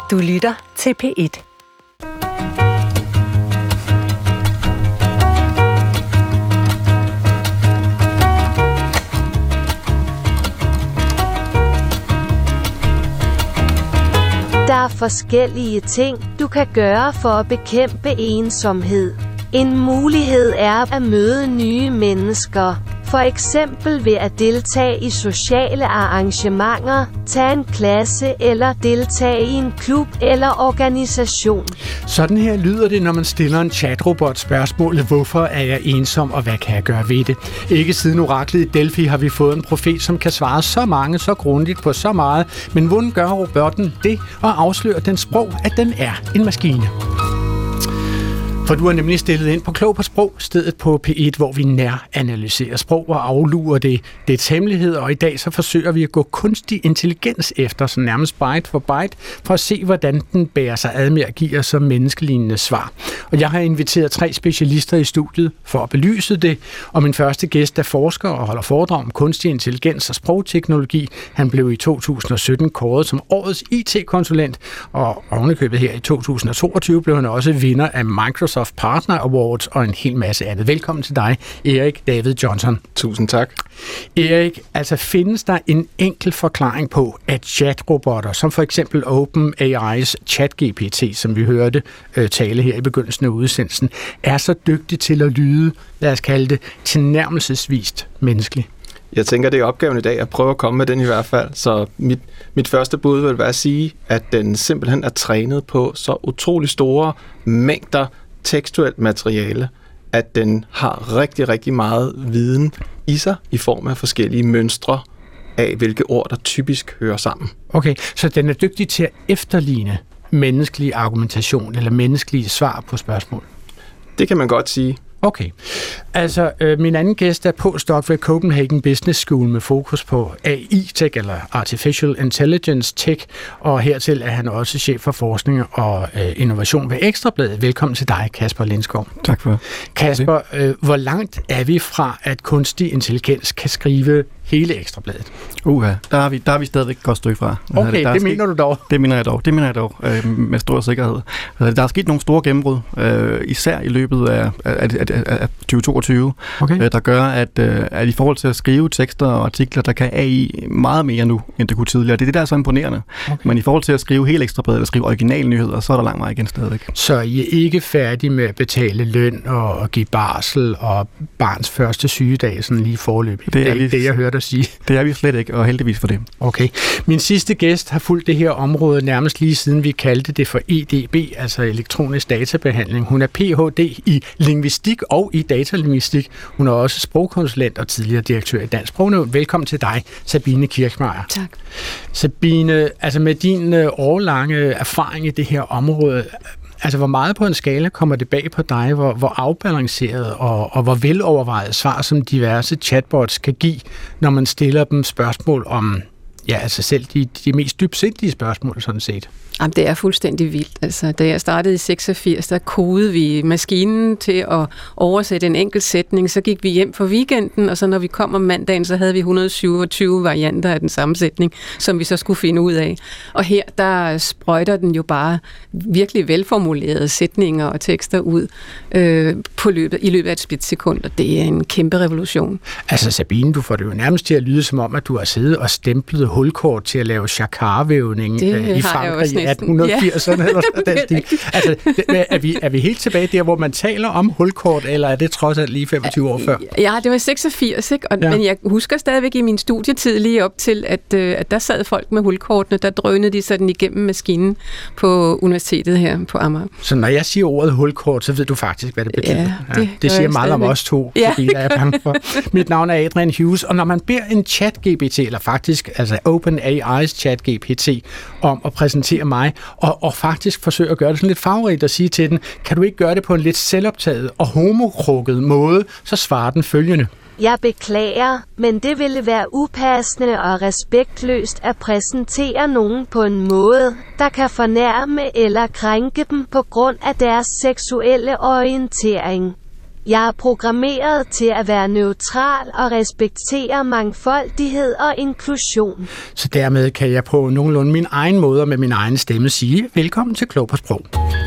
Du lytter til P1. Der er forskellige ting, du kan gøre for at bekæmpe ensomhed. En mulighed er at møde nye mennesker. For eksempel ved at deltage i sociale arrangementer, tage en klasse eller deltage i en klub eller organisation. Sådan her lyder det, når man stiller en chatrobot spørgsmålet, hvorfor er jeg ensom, og hvad kan jeg gøre ved det? Ikke siden oraklet i Delphi har vi fået en profet, som kan svare så mange, så grundigt på så meget. Men hvordan gør robotten det, og afslører den sprog, at den er en maskine? For du har nemlig stillet ind på Klog på Sprog, stedet på P1, hvor vi næranalyserer sprog og aflurer dets hemmeligheder, og i dag så forsøger vi at gå kunstig intelligens efter, så nærmest byte for byte, for at se, hvordan den bærer sig ad med at give os som menneskelignende svar. Og jeg har inviteret 3 specialister i studiet for at belyse det, og min første gæst er forsker og holder foredrag om kunstig intelligens og sprogteknologi. Han blev i 2017 kåret som årets IT-konsulent, og ovenikøbet her i 2022 blev han også vinder af Microsoft Partner Awards og en hel masse andet. Velkommen til dig, Erik David Johnson. Tusind tak. Erik, altså findes der en enkel forklaring på, at chatrobotter, som for eksempel OpenAI's ChatGPT, som vi hørte tale her i begyndelsen af udsendelsen, er så dygtig til at lyde, lad os kalde det, tilnærmelsesvist menneskelig? Jeg tænker, det er opgaven i dag at prøve at komme med den i hvert fald. Så mit første bud vil være at sige, at den simpelthen er trænet på så utrolig store mængder tekstuelt materiale, at den har rigtig, rigtig meget viden i sig i form af forskellige mønstre af, hvilke ord, der typisk hører sammen. Okay, så den er dygtig til at efterligne menneskelig argumentation eller menneskelige svar på spørgsmål? Det kan man godt sige. Okay. Altså, min anden gæst er postdoc ved Copenhagen Business School med fokus på AI-tech, eller Artificial Intelligence Tech, og hertil er han også chef for forskning og innovation ved Ekstrabladet. Velkommen til dig, Kasper Lindskov. Tak for det. Kasper, hvor langt er vi fra, at kunstig intelligens kan skrive hele Ekstrabladet? Der er vi stadigvæk et godt stykke fra. Okay, det mener du dog? Det mener jeg dog, med stor sikkerhed. Der er sket nogle store gennembrud, især i løbet af 2022, okay, der gør, at i forhold til at skrive tekster og artikler, der kan AI meget mere nu, end det kunne tidligere. Det er det, der er så imponerende. Okay. Men i forhold til at skrive hele Ekstrabladet eller skrive originalnyheder, så er der lang vej igen stadigvæk. Så I er ikke færdige med at betale løn og give barsel og barns første sygedag sådan lige forløbig? Det er ikke det, jeg hørte dig sige. Det er vi slet ikke, og heldigvis for det. Okay. Min sidste gæst har fulgt det her område nærmest lige siden vi kaldte det for EDB, altså elektronisk databehandling. Hun er Ph.D. i lingvistik og i datalingvistik. Hun er også sprogkonsulent og tidligere direktør i Dansk Sprognævn. Velkommen til dig, Sabine Kirchmeier. Tak. Sabine, altså med din årelange erfaring i det her område, altså hvor meget på en skala kommer det bag på dig, hvor afbalanceret og hvor velovervejet svar som diverse chatbots kan give, når man stiller dem spørgsmål om, ja, altså selv de mest dybsindige spørgsmål sådan set? Jamen, det er fuldstændig vildt. Altså, da jeg startede i 86, der kodede vi maskinen til at oversætte en enkelt sætning, så gik vi hjem for weekenden, og så når vi kom om mandagen, så havde vi 127 varianter af den samme sætning, som vi så skulle finde ud af. Og her, der sprøjter den jo bare virkelig velformulerede sætninger og tekster ud i løbet af et splitsekund, og det er en kæmpe revolution. Altså Sabine, du får det jo nærmest til at lyde som om, at du har siddet og stemplet hulkort til at lave jacquardvævning i Frankrig i 1880'erne eller den stil. Altså, er vi helt tilbage der, hvor man taler om hulkort, eller er det trods alt lige 25 år før? Ja, det var 86, ikke? Men jeg husker stadigvæk i min studietid lige op til, at der sad folk med hulkortene, der drønede de sådan igennem maskinen på universitetet her på Amager. Så når jeg siger ordet hulkort, så ved du faktisk, hvad det betyder. Ja, det siger meget om os to, fordi jeg er bange for. Mit navn er Adrian Hughes, og når man beder en ChatGPT, eller faktisk altså OpenAI's ChatGPT, om at præsentere mig, og faktisk forsøge at gøre det sådan lidt farverigt og sige til den, kan du ikke gøre det på en lidt selvoptaget og homokrukket måde, så svarer den følgende. Jeg beklager, men det ville være upassende og respektløst at præsentere nogen på en måde, der kan fornærme eller krænke dem på grund af deres seksuelle orientering. Jeg er programmeret til at være neutral og respektere mangfoldighed og inklusion. Så dermed kan jeg på nogenlunde min egen måde og med min egen stemme sige, velkommen til Klog på Sprog.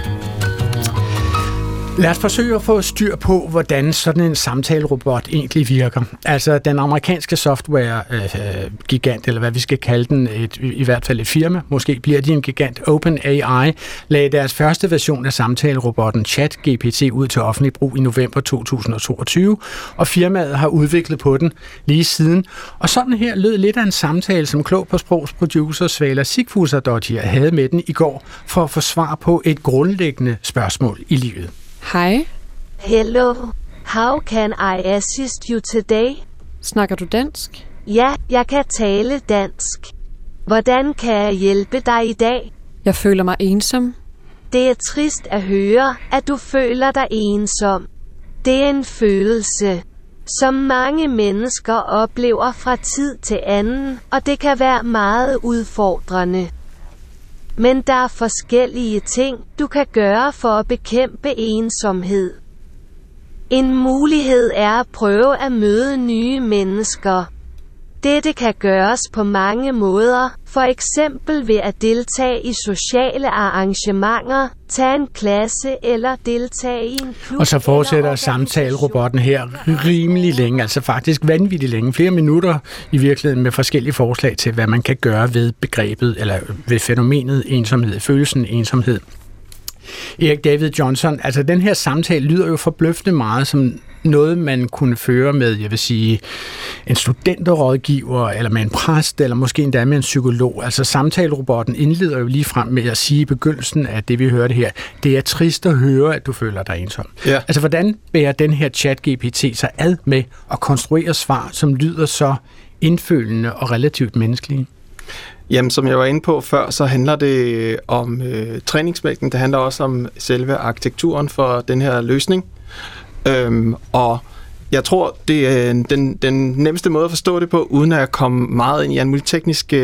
Lad os forsøge at få styr på, hvordan sådan en samtalerobot egentlig virker. Altså den amerikanske software-gigant, eller hvad vi skal kalde den, i hvert fald et firma, måske bliver de en gigant, OpenAI, lagde deres første version af samtalerobotten ChatGPT ud til offentlig brug i november 2022, og firmaet har udviklet på den lige siden. Og sådan her lød lidt af en samtale, som Klog på Sprogs producer Svala Sigfúsardóttir havde med den i går, for at få svar på et grundlæggende spørgsmål i livet. Hej. Hello. How can I assist you today? Snakker du dansk? Ja, jeg kan tale dansk. Hvordan kan jeg hjælpe dig i dag? Jeg føler mig ensom. Det er trist at høre, at du føler dig ensom. Det er en følelse, som mange mennesker oplever fra tid til anden, og det kan være meget udfordrende. Men der er forskellige ting, du kan gøre for at bekæmpe ensomhed. En mulighed er at prøve at møde nye mennesker. Dette kan gøres på mange måder, for eksempel ved at deltage i sociale arrangementer, tage en klasse eller deltage i en klub. Og så fortsætter samtalerobotten her rimelig længe, altså faktisk vanvittigt længe, flere minutter i virkeligheden med forskellige forslag til, hvad man kan gøre ved begrebet, eller ved fænomenet ensomhed, følelsen ensomhed. Erik David Johnson, altså den her samtale lyder jo forbløffende meget som noget, man kunne føre med, jeg vil sige, en studenterrådgiver, eller med en præst, eller måske endda med en psykolog. Altså samtalerobotten indleder jo lige frem med at sige i begyndelsen af det, vi hørte her, det er trist at høre, at du føler dig ensom. Ja. Altså hvordan bærer den her ChatGPT sig ad med at konstruere svar, som lyder så indfølende og relativt menneskelige? Jamen, som jeg var inde på før, så handler det om træningsmængden. Det handler også om selve arkitekturen for den her løsning. Og jeg tror, det er den nemmeste måde at forstå det på, uden at komme meget ind i en multiteknisk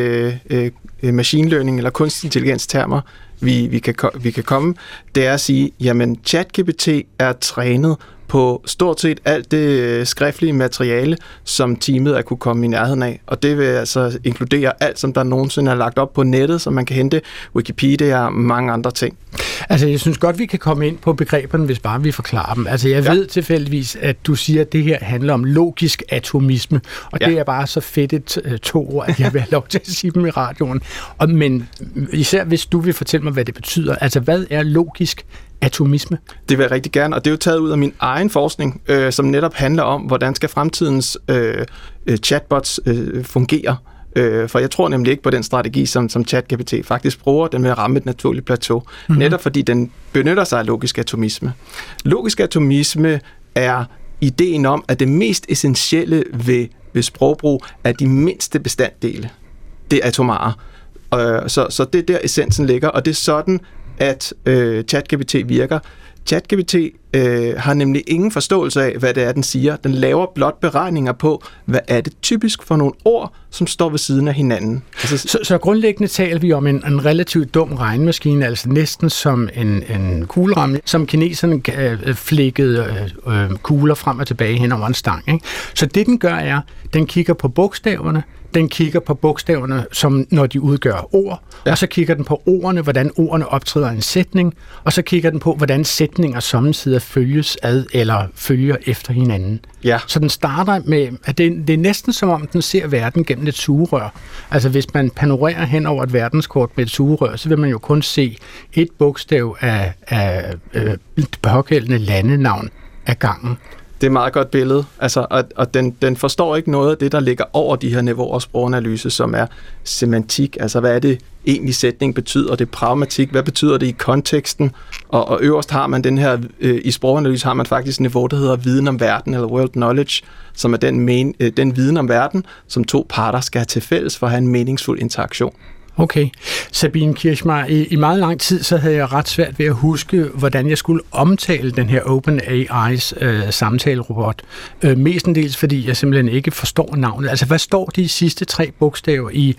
machine learning eller kunstig intelligens termer, vi kan komme, det er at sige, jamen ChatGPT er trænet på stort set alt det skriftlige materiale, som teamet er kunne komme i nærheden af. Og det vil altså inkludere alt, som der nogensinde er lagt op på nettet, så man kan hente Wikipedia og mange andre ting. Altså, jeg synes godt, vi kan komme ind på begreberne, hvis bare vi forklarer dem. Altså, jeg ved tilfældigvis, at du siger, at det her handler om logisk atomisme, og det er bare så fedt et to ord, at jeg vil have lov til at sige dem i radioen. Men især hvis du vil fortælle mig, hvad det betyder. Altså, hvad er logisk atomisme? Det vil jeg rigtig gerne, og det er jo taget ud af min egen forskning, som netop handler om, hvordan skal fremtidens chatbots fungere. For jeg tror nemlig ikke på den strategi, som ChatGPT faktisk bruger, den vil ramme et naturligt plateau, netop fordi den benytter sig af logisk atomisme. Logisk atomisme er ideen om, at det mest essentielle ved sprogbrug er de mindste bestanddele. Det er atomare. Så det er der essensen ligger, og det er sådan, at ChatGPT virker. ChatGPT har nemlig ingen forståelse af, hvad det er, den siger. Den laver blot beregninger på, hvad er det typisk for nogle ord, som står ved siden af hinanden. Altså, så grundlæggende taler vi om en relativt dum regnemaskine, altså næsten som en kugleramme, som kineserne flækkede kugler frem og tilbage hen over en stang. Ikke? Så det, den gør, er, den kigger på bogstaverne, den kigger på bogstaverne, som når de udgør ord, og så kigger den på ordene, hvordan ordene optræder i en sætning, og så kigger den på, hvordan sætninger sommetider følges ad eller følger efter hinanden. Ja. Så den starter med, at det er næsten som om, den ser verden gennem et sugerør. Altså hvis man panorerer hen over et verdenskort med et sugerør, så vil man jo kun se et bogstav af det pågældende landenavn ad gangen. Det er et meget godt billede, altså, og den forstår ikke noget af det, der ligger over de her niveauer af sproganalyse, som er semantik, altså hvad er det egentlig sætning betyder, det er pragmatik, hvad betyder det i konteksten, og øverst har man den her, i sproganalyse har man faktisk et niveau, der hedder viden om verden, eller world knowledge, som er den viden om verden, som to parter skal have til fælles for at have en meningsfuld interaktion. Okay. Sabine Kirchmeier, i meget lang tid, så havde jeg ret svært ved at huske, hvordan jeg skulle omtale den her OpenAI's samtalerobot. Mestendels, fordi jeg simpelthen ikke forstår navnet. Altså, hvad står de sidste 3 bogstaver i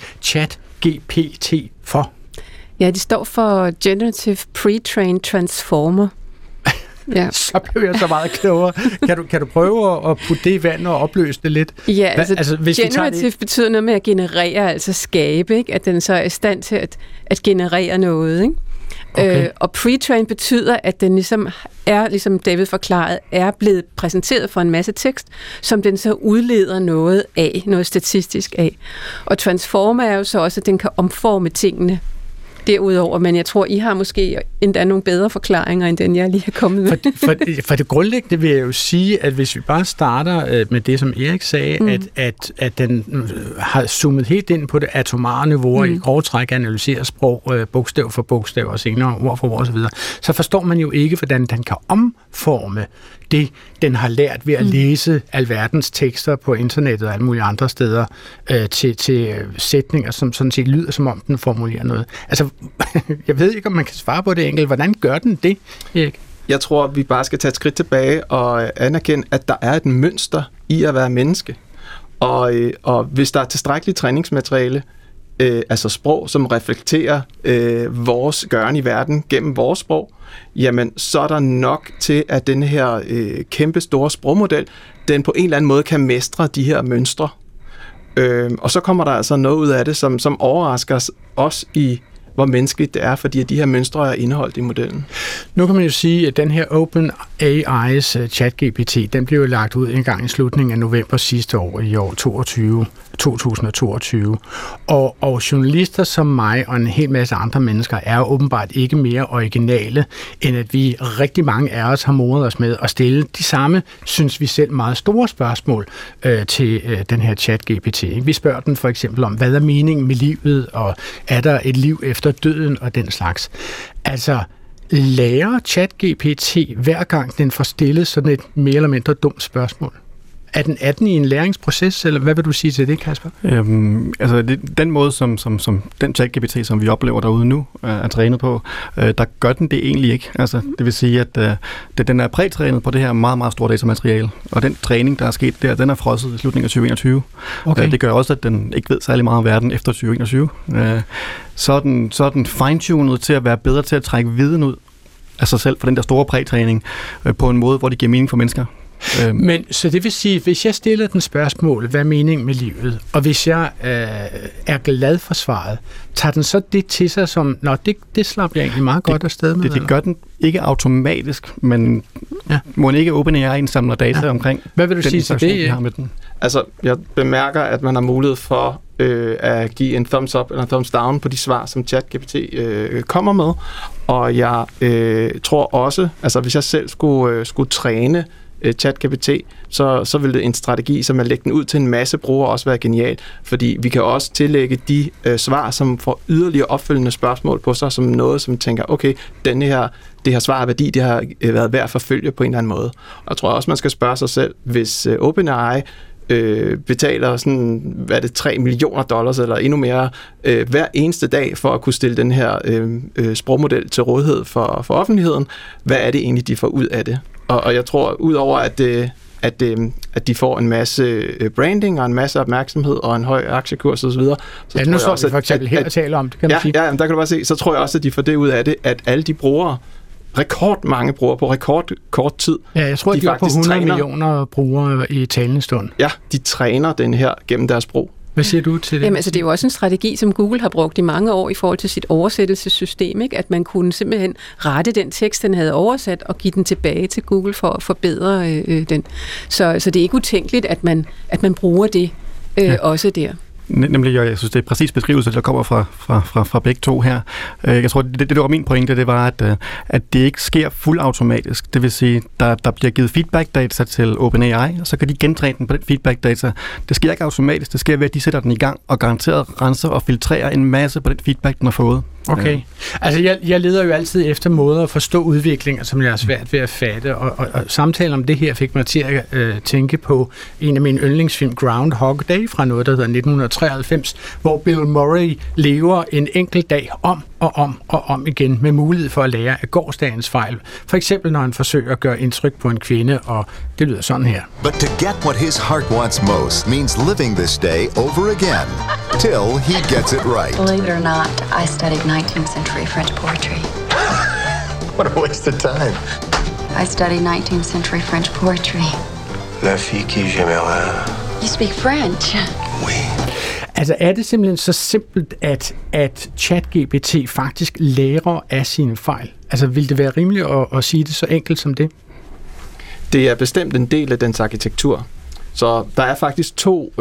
ChatGPT for? Ja, de står for Generative Pre-trained Transformer. Ja. Så blev jeg så meget klogere. Kan du prøve at putte det i vand og opløse det lidt? Ja, hvis generativ betyder noget med at generere, altså skabe, ikke? At den så er i stand til at generere noget, ikke? Okay. Og pre-train betyder, at den ligesom David forklarede, er blevet præsenteret for en masse tekst, som den så udleder noget statistisk af. Og transformer er jo så også, at den kan omforme tingene derudover, men jeg tror, I har måske endda nogle bedre forklaringer, end den jeg lige har kommet med. For det grundlæggende vil jeg jo sige, at hvis vi bare starter med det, som Erik sagde, at den har zoomet helt ind på det atomare niveau, og i grove træk analyserer sprog bogstav for bogstav og senere ord for ord osv., så forstår man jo ikke, hvordan den kan omforme det, den har lært ved at læse alverdens tekster på internettet og alle mulige andre steder til sætninger, som sådan set lyder, som om den formulerer noget. Altså, jeg ved ikke, om man kan svare på det enkelt. Hvordan gør den det, Erik? Jeg tror, vi bare skal tage et skridt tilbage og anerkende, at der er et mønster i at være menneske. Og hvis der er tilstrækkeligt træningsmateriale, altså sprog, som reflekterer vores gøren i verden gennem vores sprog, jamen så er der nok til, at den her kæmpe store sprogmodel, den på en eller anden måde kan mestre de her mønstre. Og så kommer der altså noget ud af det, som overrasker os i, hvor menneskeligt det er, fordi de her mønstre er indeholdt i modellen. Nu kan man jo sige, at den her OpenAI's ChatGPT, den blev lagt ud en gang i slutningen af november sidste år, i år 2022. Og journalister som mig og en hel masse andre mennesker er jo åbenbart ikke mere originale, end at vi rigtig mange af os har moret os med at stille de samme, synes vi selv, meget store spørgsmål til den her ChatGPT. Vi spørger den for eksempel om, hvad er meningen med livet, og er der et liv efter døden og den slags. Altså, lærer ChatGPT hver gang den får stillet sådan et mere eller mindre dumt spørgsmål? Er den i en læringsproces, eller hvad vil du sige til det, Kasper? Den måde, som den ChatGPT, som vi oplever derude nu, er trænet på, der gør den det egentlig ikke. Altså, det vil sige, at den er prætrænet på det her meget, meget store datamateriale, og den træning, der er sket der, den er frosset i slutningen af 2021. Okay. Det gør også, at den ikke ved særlig meget om verden efter 2021. Så er den fine-tunet til at være bedre til at trække viden ud af sig selv for den der store prætræning på en måde, hvor det giver mening for mennesker. Men så det vil sige, hvis jeg stiller den spørgsmål, hvad er meningen med livet, og hvis jeg er glad for svaret, tager den så det til sig som, det slap jeg egentlig meget godt afsted med? Det gør den ikke automatisk, men må ikke OpenAI indsamler data omkring. Hvad vil du sige til det? Har med den? Altså, jeg bemærker, at man har mulighed for at give en thumbs up eller en thumbs down på de svar, som ChatGPT kommer med, og jeg tror også, altså hvis jeg selv skulle træne ChatGPT, så vil det en strategi, som at lægge den ud til en masse brugere, også være genial, fordi vi kan også tillægge de svar, som får yderligere opfølgende spørgsmål på sig, som noget, som tænker, okay, det her svar er værdi, det har været værd at forfølge på en eller anden måde. Og jeg tror også, man skal spørge sig selv, hvis OpenAI betaler sådan, hvad er det, $3 million eller endnu mere hver eneste dag for at kunne stille den her sprogmodel til rådighed for offentligheden, hvad er det egentlig, de får ud af det? Og jeg tror, udover at de får en masse branding og en masse opmærksomhed og en høj aktiekurs osv. Ja, nu står vi for eksempel her og taler om det, kan man sige. Ja, der kan du bare se, så tror jeg også, at de får det ud af det, at alle de brugere, rekordmange brugere på rekordkort tid. Ja, jeg tror, de er på 100 millioner brugere i talende stund. Ja, de træner den her gennem deres sprog. Hvad siger du til det? Jamen, altså, det er jo også en strategi, som Google har brugt i mange år i forhold til sit oversættelsessystem, ikke? At man kunne simpelthen rette den tekst, den havde oversat, og give den tilbage til Google for at forbedre den. Så det er ikke utænkeligt, at man bruger det også der. Nemlig, jeg synes, det er præcis beskrivelse, der kommer fra begge to her. Jeg tror, det var min pointe, det var, at det ikke sker fuldautomatisk. Det vil sige, der bliver givet feedback-data til OpenAI, og så kan de gentræne den på den feedback-data. Det sker ikke automatisk, det sker ved, at de sætter den i gang og garanteret renser og filtrerer en masse på den feedback, den har fået. Okay. Altså, jeg leder jo altid efter måder at forstå udviklinger, som jeg er svært ved at fatte, og samtalen om det her fik mig til at tænke på en af mine yndlingsfilm, Groundhog Day, fra noget, der hedder 1993, hvor Bill Murray lever en enkelt dag om og om igen, med mulighed for at lære af gårsdagens fejl. For eksempel, når han forsøger at gøre indtryk på en kvinde, og det lyder sådan her. But to get what his heart wants most means living this day over again, till he gets it right. Believe it or not, I studied 19th century French poetry. What a waste of time. I study 19th century French poetry. La fille qui j'aimerais. You speak French? Oui. Altså er det simpelthen så simpelt, at ChatGPT faktisk lærer af sine fejl? Altså vil det være rimeligt at sige det så enkelt som det? Det er bestemt en del af dens arkitektur. Så der er faktisk to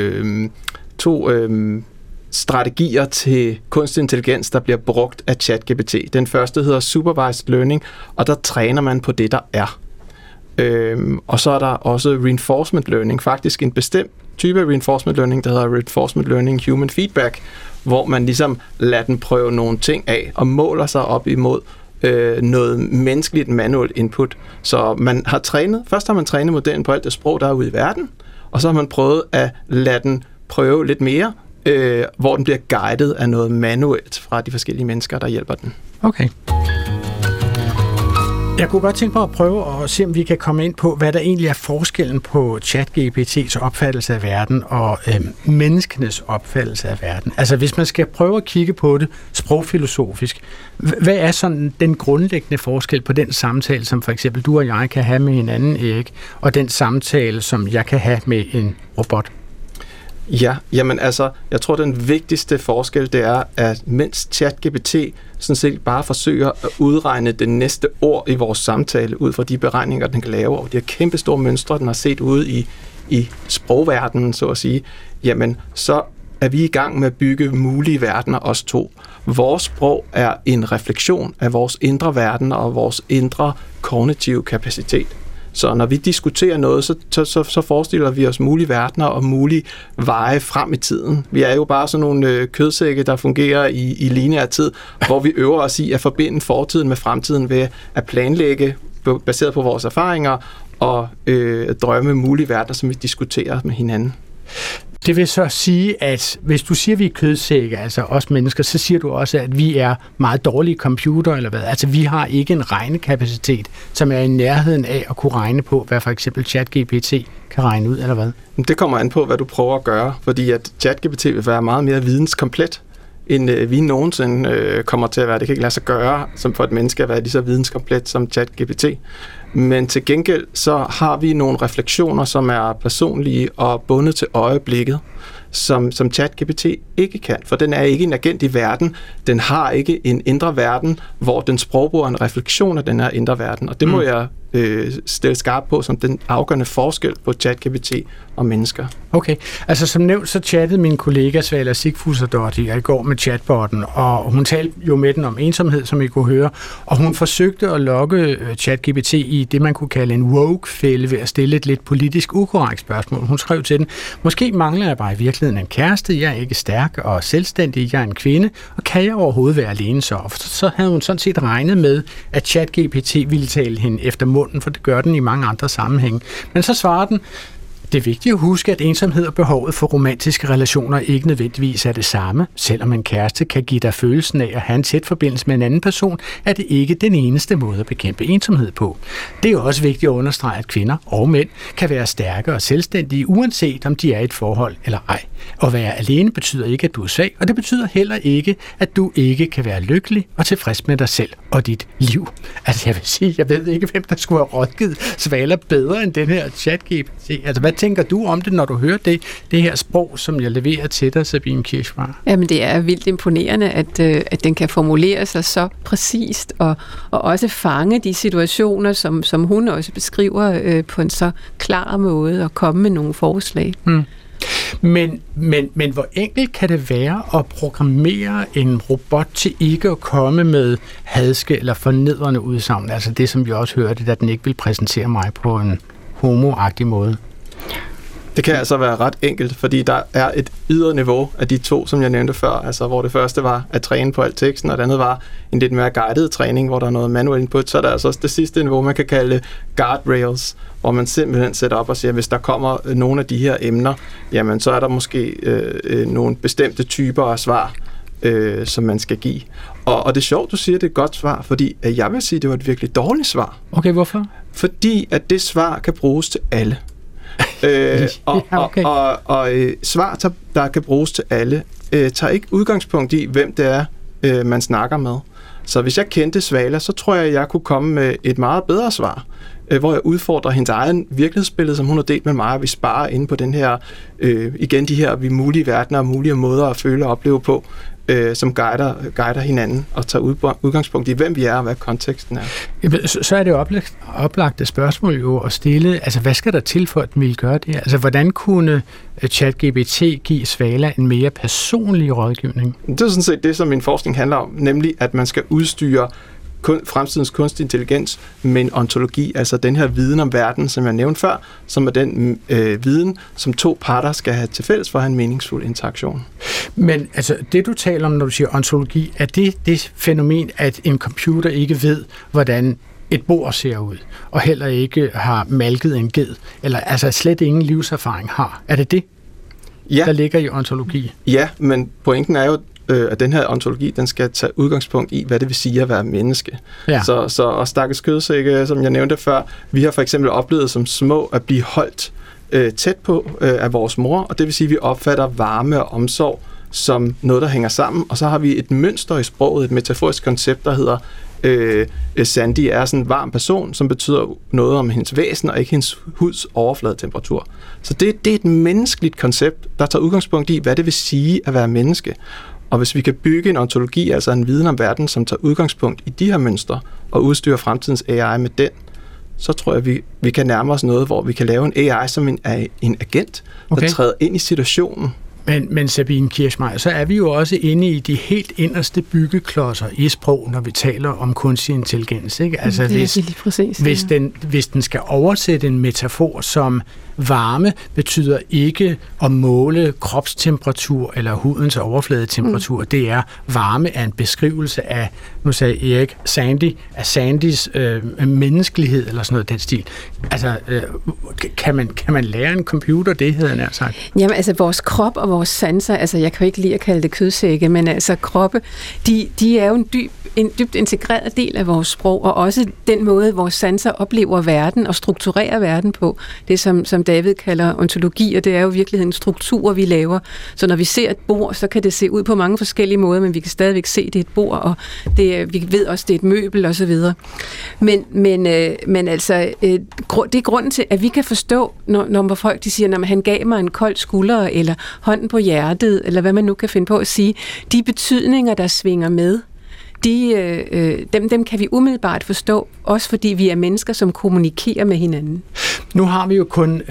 strategier til kunstig intelligens, der bliver brugt af ChatGPT. Den første hedder supervised learning, og der træner man på det, der er. Og så er der også reinforcement learning, faktisk en bestemt type af reinforcement learning, der hedder reinforcement learning human feedback, hvor man ligesom lader den prøve nogle ting af og måler sig op imod noget menneskeligt manuelt input. Så først har man trænet modellen på alt det sprog, der er ude i verden, og så har man prøvet at lade den prøve lidt mere, hvor den bliver guidet af noget manuelt fra de forskellige mennesker, der hjælper den. Okay. Jeg kunne godt tænke mig at prøve at se, om vi kan komme ind på, hvad der egentlig er forskellen på ChatGPT's opfattelse af verden og menneskenes opfattelse af verden. Altså hvis man skal prøve at kigge på det sprogfilosofisk, hvad er sådan den grundlæggende forskel på den samtale, som for eksempel du og jeg kan have med hinanden, Erik, og den samtale, som jeg kan have med en robot? Ja, jamen altså, jeg tror, den vigtigste forskel, det er, at mens ChatGPT sådan set bare forsøger at udregne det næste ord i vores samtale, ud fra de beregninger, den kan lave, og de her kæmpe store mønstre, den har set ude i sprogverdenen, så at sige, jamen, så er vi i gang med at bygge mulige verdener, os to. Vores sprog er en refleksion af vores indre verden og vores indre kognitive kapacitet. Så når vi diskuterer noget, så forestiller vi os mulige verdener og mulige veje frem i tiden. Vi er jo bare sådan nogle kødsække, der fungerer i lineær tid, hvor vi øver os i at forbinde fortiden med fremtiden ved at planlægge, baseret på vores erfaringer, og drømme mulige verdener, som vi diskuterer med hinanden. Det vil så sige, at hvis du siger, at vi er kødsække, altså os mennesker, så siger du også, at vi er meget dårlige computer, eller hvad? Altså vi har ikke en regnekapacitet, som er i nærheden af at kunne regne på, hvad for eksempel ChatGPT kan regne ud, eller hvad? Det kommer an på, hvad du prøver at gøre, fordi at ChatGPT vil være meget mere videnskomplet, end vi nogensinde kommer til at være. Det kan ikke lade sig gøre, som for et menneske at være lige så videnskomplet som ChatGPT. Men til gengæld så har vi nogle refleksioner, som er personlige og bundet til øjeblikket, som ChatGPT ikke kan, for den er ikke en agent i verden. Den har ikke en indre verden, hvor den sprogbrug er en refleksion af den her indre verden, og det må jeg stille skarpt på som den afgørende forskel på ChatGPT og mennesker. Okay, altså som nævnt, så chattede min kollega Svala Sigfusardottir i går med chatbotten, og hun talte jo med den om ensomhed, som I kunne høre, og hun forsøgte at lokke ChatGPT i det, man kunne kalde en woke-fælde ved at stille et lidt politisk ukorrekt spørgsmål. Hun skrev til den, måske mangler jeg bare i virkeligheden en kæreste, jeg er ikke stærk og selvstændig, jeg er en kvinde, og kan jeg overhovedet være alene så? Så havde hun sådan set regnet med, at ChatGPT ville tale hende efter munden, for det gør den i mange andre sammenhænge. Men så svarer den, det er vigtigt at huske, at ensomhed og behovet for romantiske relationer ikke nødvendigvis er det samme. Selvom en kæreste kan give dig følelsen af at have en tæt forbindelse med en anden person, er det ikke den eneste måde at bekæmpe ensomhed på. Det er også vigtigt at understrege, at kvinder og mænd kan være stærke og selvstændige, uanset om de er i et forhold eller ej. At være alene betyder ikke, at du er svag, og det betyder heller ikke, at du ikke kan være lykkelig og tilfreds med dig selv og dit liv. Altså jeg vil sige, jeg ved ikke, hvem der skulle have rådgivet Svala bedre end den her ChatGPT. Altså hvad tænker du om det, når du hører det her sprog, som jeg leverer til dig, Sabine Kirschbacher? Jamen det er vildt imponerende, at den kan formulere sig så præcist og også fange de situationer, som hun også beskriver på en så klar måde og komme med nogle forslag. Men hvor enkelt kan det være at programmere en robot til ikke at komme med hadske eller fornedrende udsagn? Altså det, som vi også hørte, at den ikke vil præsentere mig på en homoagtig måde. Det kan altså være ret enkelt, fordi der er et ydre niveau af de to, som jeg nævnte før, altså hvor det første var at træne på al teksten, og det andet var en lidt mere guided træning, hvor der er noget manual input, så er der altså også det sidste niveau, man kan kalde guardrails, hvor man simpelthen sætter op og siger, at hvis der kommer nogle af de her emner, jamen så er der måske nogle bestemte typer af svar, som man skal give. Og det er sjovt, du siger, det er et godt svar, fordi jeg vil sige, at det var et virkelig dårligt svar. Okay, hvorfor? Fordi at det svar kan bruges til alle. Svar, der kan bruges til alle, tager ikke udgangspunkt i, hvem det er, man snakker med. Så hvis jeg kendte Svala, så tror jeg kunne komme med et meget bedre svar, hvor jeg udfordrer hendes egen virkelighedsbillede, som hun har delt med mig, og vi sparer inde på den her, igen de her vi mulige verdener og mulige måder at føle og opleve på, som guider hinanden og tager udgangspunkt i, hvem vi er og hvad konteksten er. Så er det jo oplagte spørgsmål jo at stille, altså hvad skal der til for, at den ville gøre det? Altså hvordan kunne ChatGPT give Svala en mere personlig rådgivning? Det er sådan set det, som min forskning handler om, nemlig at man skal udstyre fremtidens kunstig intelligens med en ontologi, altså den her viden om verden, som jeg nævnte før, som er den viden, som to parter skal have til fælles for at have en meningsfuld interaktion. Men altså, det du taler om, når du siger ontologi, er det fænomen, at en computer ikke ved, hvordan et bord ser ud, og heller ikke har malket en ged, eller altså slet ingen livserfaring har. Er det, der ligger i ontologi? Ja, men pointen er jo, at den her ontologi, den skal tage udgangspunkt i, hvad det vil sige at være menneske. Ja. Så og stakkels kødsække, som jeg nævnte før, vi har for eksempel oplevet som små at blive holdt tæt på af vores mor, og det vil sige, at vi opfatter varme og omsorg som noget, der hænger sammen, og så har vi et mønster i sproget, et metaforisk koncept, der hedder Sandy er sådan en varm person, som betyder noget om hendes væsen, og ikke hendes huds overfladetemperatur. Så det er et menneskeligt koncept, der tager udgangspunkt i, hvad det vil sige at være menneske. Og hvis vi kan bygge en ontologi, altså en viden om verden, som tager udgangspunkt i de her mønstre, og udstyre fremtidens AI med den, så tror jeg, vi kan nærme os noget, hvor vi kan lave en AI som en agent, der træder ind i situationen. Men Sabine Kirchmeier, så er vi jo også inde i de helt inderste byggeklodser i sprog, når vi taler om kunstig intelligens. Ikke? Altså, hvis den skal oversætte en metafor som varme, betyder ikke at måle kropstemperatur eller hudens overfladetemperatur. Det er varme er en beskrivelse af, nu sagde Erik, af Sandys menneskelighed eller sådan noget den stil. Altså, kan man lære en computer det, havde jeg sagt? Jamen, altså vores krop og vores sanser, altså jeg kan jo ikke lide at kalde det kødsække, men altså kroppe, de er jo en dybt integreret del af vores sprog, og også den måde, vores sanser oplever verden og strukturerer verden på. Det som David kalder ontologi, og det er jo virkelig en struktur, vi laver. Så når vi ser et bord, så kan det se ud på mange forskellige måder, men vi kan stadigvæk se, det er et bord, og vi ved også, det er et møbel og så videre. Men altså, det er grunden til, at vi kan forstå, når folk de siger, at han gav mig en kold skulder, eller hånden på hjertet, eller hvad man nu kan finde på at sige, de betydninger, der svinger med, dem kan vi umiddelbart forstå, også fordi vi er mennesker, som kommunikerer med hinanden. Nu har vi jo kun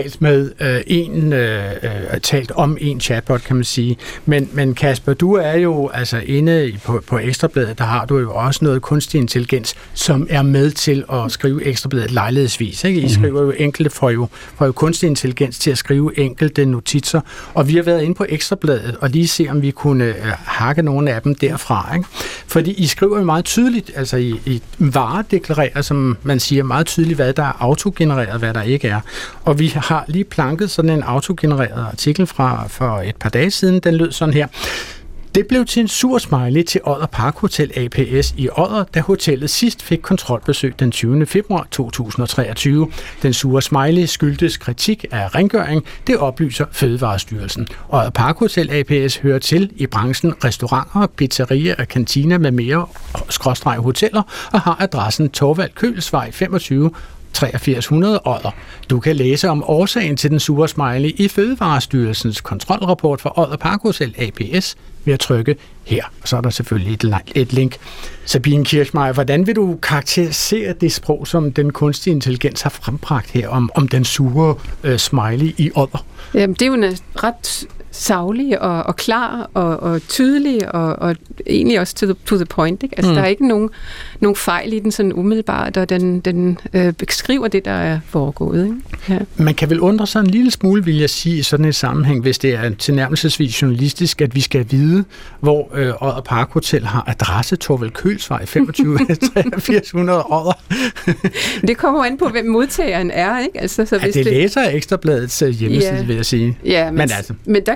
talt om en chatbot, kan man sige. Men Kasper, du er jo altså inde på Ekstrabladet, der har du jo også noget kunstig intelligens, som er med til at skrive Ekstrabladet lejlighedsvis. Ikke? I skriver jo enkelte, får jo kunstig intelligens til at skrive enkelte notitser, og vi har været inde på Ekstrabladet og lige se, om vi kunne hakke nogle af dem derfra. Ikke? Fordi I skriver jo meget tydeligt, altså I varedeklarerer, som man siger, meget tydeligt, hvad der er autogenereret, hvad der ikke er. Og vi har lige planket sådan en autogenereret artikel for et par dage siden. Den lød sådan her. Det blev til en sur smiley til Odder Parkhotel ApS i Odder, da hotellet sidst fik kontrolbesøg den 20. februar 2023. Den sure smiley skyldtes kritik af rengøring, det oplyser Fødevarestyrelsen. Odder Parkhotel ApS hører til i branchen restauranter, pizzerier og kantiner med mere /hoteller og har adressen Torvald Køhlsvej 25 8300 Odder. Du kan læse om årsagen til den sure smiley i Fødevarestyrelsens kontrolrapport for Odder Parkhotel ApS ved at trykke her. Og så er der selvfølgelig et link. Sabine Kirchmeier, hvordan vil du karakterisere det sprog, som den kunstige intelligens har frembragt her om den sure smiley i Odder? Jamen, det er jo ret saglig og klar og tydelig og egentlig også to the point. Ikke? Altså, der er ikke nogen fejl i den sådan umiddelbart, og den beskriver det, der er foregået. Ikke? Ja. Man kan vel undre sig en lille smule, vil jeg sige, i sådan et sammenhæng, hvis det er tilnærmelsesvis journalistisk, at vi skal vide, hvor Odder Parkhotel har adresse Torvald Køhlsvej 25 8300 Odder. Det kommer an på, hvem modtageren er. Ikke? Altså, så hvis det læser Ekstrabladets hjemmeside, vil jeg sige. Ja, men der kan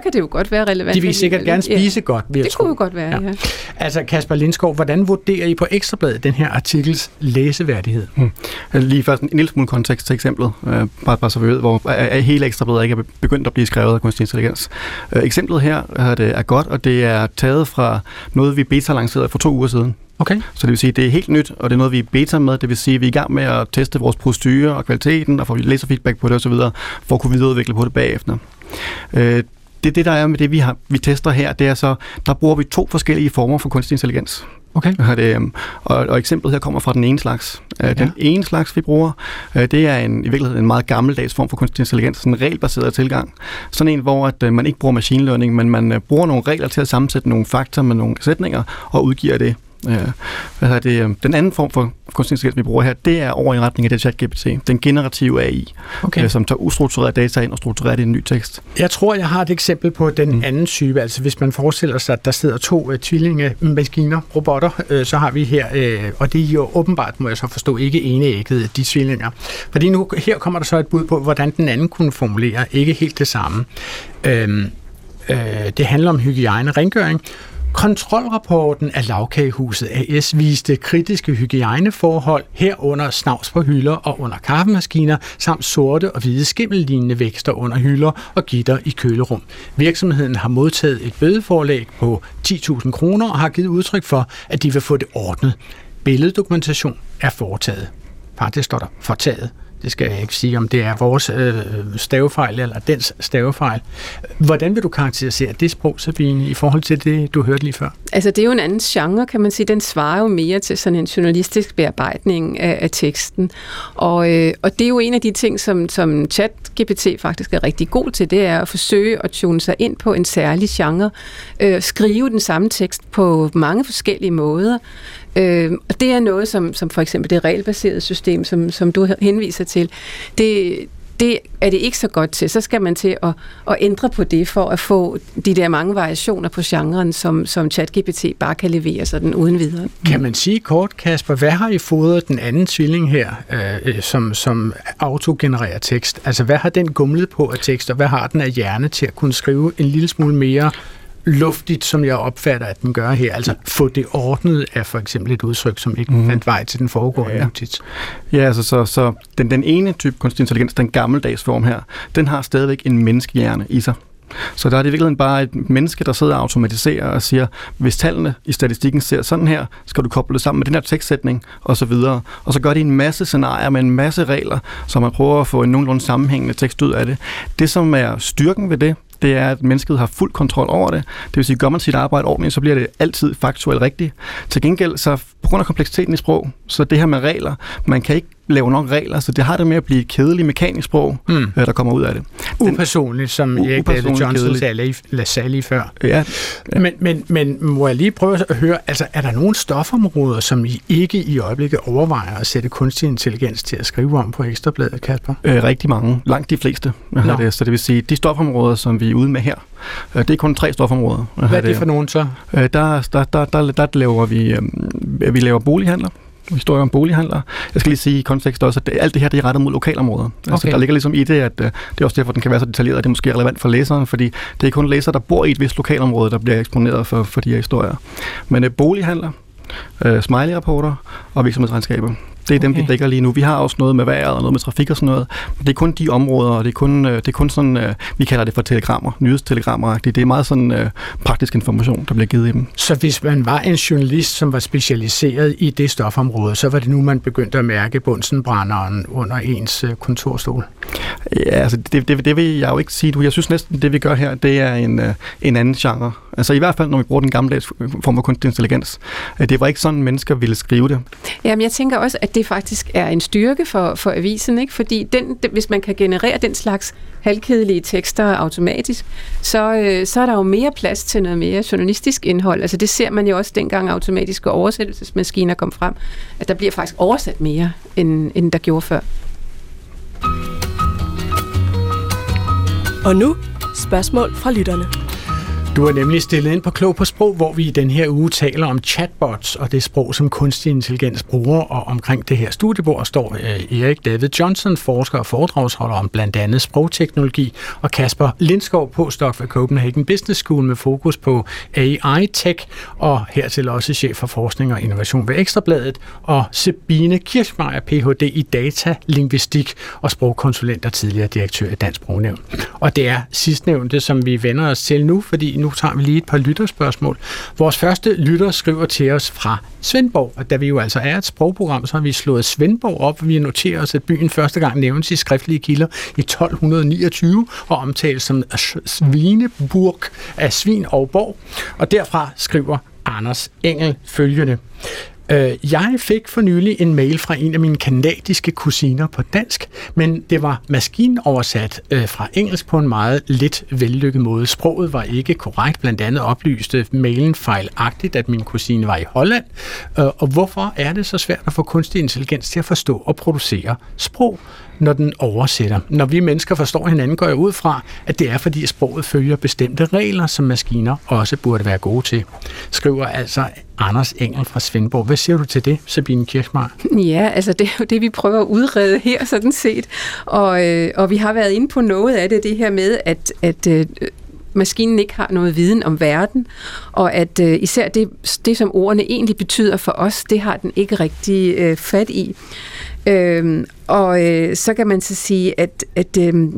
kan det jo godt være relevant. De vil sikkert gerne spise godt, vil jeg det tro. kunne jo godt være, ja. Altså, Kasper Lindskov, hvordan vurderer I på Ekstrabladet den her artikels læseværdighed? Lige først en lille smule kontekst til eksemplet, bare så vi ved, hvor hele Ekstrabladet ikke er begyndt at blive skrevet af kunstig intelligens. Eksemplet her er godt, og det er taget fra noget, vi beta-lancerede for 2 uger siden. Okay. Så det vil sige, at det er helt nyt, og det er noget, vi er beta med. Det vil sige, at vi er i gang med at teste vores procedurer og kvaliteten, og få læserfeedback på det osv., for at kunne videreudvikle på det bagefter. Det der er med det, vi tester her, det er så, der bruger vi 2 forskellige former for kunstig intelligens. Okay. Og eksemplet her kommer fra den ene slags. Den ene slags, vi bruger, det er i virkeligheden en meget gammeldags form for kunstig intelligens, sådan en regelbaseret tilgang. Sådan en, hvor at man ikke bruger machine learning, men man bruger nogle regler til at sammensætte nogle fakta med nogle sætninger og udgiver det. Den anden form for kunstig intelligens, vi bruger her, det er over i retning af det ChatGPT, den generative AI, som tager ustruktureret data ind og strukturerer det i en ny tekst. Jeg tror, jeg har et eksempel på den anden type. Altså hvis man forestiller sig, at der sidder 2 tvillingemaskiner, robotter, så har vi her, og det er jo åbenbart, må jeg så forstå, ikke enægget, de tvillinger. Fordi nu her kommer der så et bud på, hvordan den anden kunne formulere ikke helt det samme. Det handler om hygiejne og rengøring. Kontrolrapporten af Lagkagehuset AS viste kritiske hygiejneforhold herunder snavs på hylder og under kaffemaskiner, samt sorte og hvide skimmellignende vækster under hylder og gitter i kølerum. Virksomheden har modtaget et bødeforelæg på 10.000 kroner og har givet udtryk for, at de vil få det ordnet. Billeddokumentation er foretaget. Faktisk står der fortaget. Det skal jeg ikke sige, om det er vores stavefejl eller dens stavefejl. Hvordan vil du karakterisere det sprog, Sabine, i forhold til det, du hørte lige før? Altså, det er jo en anden genre, kan man sige. Den svarer jo mere til sådan en journalistisk bearbejdning af teksten. Og det er jo en af de ting, som ChatGPT faktisk er rigtig god til, det er at forsøge at tune sig ind på en særlig genre, skrive den samme tekst på mange forskellige måder. Og det er noget, som for eksempel det regelbaserede system, som du henviser til, det er det ikke så godt til. Så skal man til at ændre på det, for at få de der mange variationer på genren, som ChatGPT bare kan levere sådan uden videre. Kan man sige kort, Kasper, hvad har I fodret den anden tvilling her, som autogenererer tekst? Altså, hvad har den gumlet på af tekst, og hvad har den af hjerne til at kunne skrive en lille smule mere luftigt, som jeg opfatter, at den gør her? Altså, få det ordnet er for eksempel et udtryk, som ikke fandt vej til den foregående notits. Ja, altså, så den ene type kunstig intelligens, den gammeldags form her, den har stadigvæk en menneskehjerne i sig. Så der er det virkelig bare et menneske, der sidder og automatiserer og siger, hvis tallene i statistikken ser sådan her, skal du koble det sammen med den her tekstsætning og så videre. Og så gør de en masse scenarier med en masse regler, så man prøver at få en nogenlunde sammenhængende tekst ud af det. Det, som er styrken ved det er, at mennesket har fuld kontrol over det. Det vil sige, gør man sit arbejde ordentligt, så bliver det altid faktuelt rigtigt. Til gengæld, så på grund af kompleksiteten i sprog, så det her med regler, man kan ikke lave nok regler, så det har det med at blive et kedeligt mekanisk sprog, der kommer ud af det. Upersonligt, som Erik David Johnson sagde lige før. Ja. Men må jeg lige prøve at høre, altså er der nogle stofområder, som I ikke i øjeblikket overvejer at sætte kunstig intelligens til at skrive om på Ekstrabladet, Kasper? Rigtig mange. Langt de fleste. Så det vil sige, de stofområder, som vi er ude med her, det er kun 3 stofområder. Hvad er det for nogen så? Der laver vi laver bolighandler. Historier om bolighandlere. Jeg skal lige sige i kontekst også, at alt det her det er rettet mod lokalområder. Okay. Altså, der ligger ligesom i det, at det er også derfor, den kan være så detaljeret, at det måske er relevant for læseren, fordi det er kun læsere, der bor i et vist lokalområde, der bliver eksponeret for de her historier. Men bolighandler, smiley-rapporter og virksomhedsregnskaber. Det er dem, vi dækker lige nu. Vi har også noget med vejret og noget med trafik og sådan noget. Men det er kun de områder, og det er kun sådan, vi kalder det for telegrammer, nyhedstelegrammer. Det er meget sådan praktisk information, der bliver givet i dem. Så hvis man var en journalist, som var specialiseret i det stofområde, så var det nu, man begyndte at mærke bunsenbrænderen under ens kontorstol? Ja, altså det vil jeg jo ikke sige. Jeg synes næsten, det vi gør her, det er en anden genre. Altså i hvert fald, når vi bruger den gammeldags form for kunstig intelligens. Det var ikke sådan, mennesker ville skrive det. Jamen, jeg tænker også, at det faktisk er en styrke for avisen, ikke? Fordi hvis man kan generere den slags halvkedelige tekster automatisk, så er der jo mere plads til noget mere journalistisk indhold. Altså det ser man jo også dengang automatiske oversættelsesmaskiner kom frem, at der bliver faktisk oversat mere, end der gjorde før. Og nu spørgsmål fra lytterne. Du er nemlig stillet ind på Klog på Sprog, hvor vi i den her uge taler om chatbots og det sprog, som kunstig intelligens bruger. Og omkring det her studiebord står Erik David Johnson, forsker og foredragsholder om blandt andet sprogteknologi, og Kasper Lindskov, postdoc ved Copenhagen Business School med fokus på AI-tech, og hertil også chef for forskning og innovation ved Ekstrabladet, og Sabine Kirchmeier, Ph.D. i datalingvistik og sprogkonsulent og tidligere direktør i Dansk Sprognævn. Og det er sidstnævnte, som vi vender os til nu, fordi nu tager vi lige et par lytterspørgsmål. Vores første lytter skriver til os fra Svendborg, og da vi jo altså er et sprogprogram, så har vi slået Svendborg op. Vi noterer os, at byen første gang nævnes i skriftlige kilder i 1229 og omtales som Svineburg af svin og borg. Og derfra skriver Anders Engel følgende. Jeg fik for nylig en mail fra en af mine kanadiske kusiner på dansk, men det var maskinoversat fra engelsk på en meget lidt vellykket måde. Sproget var ikke korrekt, blandt andet oplyste mailen fejlagtigt, at min kusine var i Holland. Og hvorfor er det så svært at få kunstig intelligens til at forstå og producere sprog, når den oversætter? Når vi mennesker forstår hinanden, går jeg ud fra, at det er, fordi sproget følger bestemte regler, som maskiner også burde være gode til. Skriver altså Anders Engel fra Svendborg. Hvad siger du til det, Sabine Kirchmeier? Ja, altså det er jo det, vi prøver at udrede her, sådan set. Og vi har været inde på noget af det her med, at maskinen ikke har noget viden om verden, og at især det, som ordene egentlig betyder for os, det har den ikke rigtig fat i. Så kan man så sige, at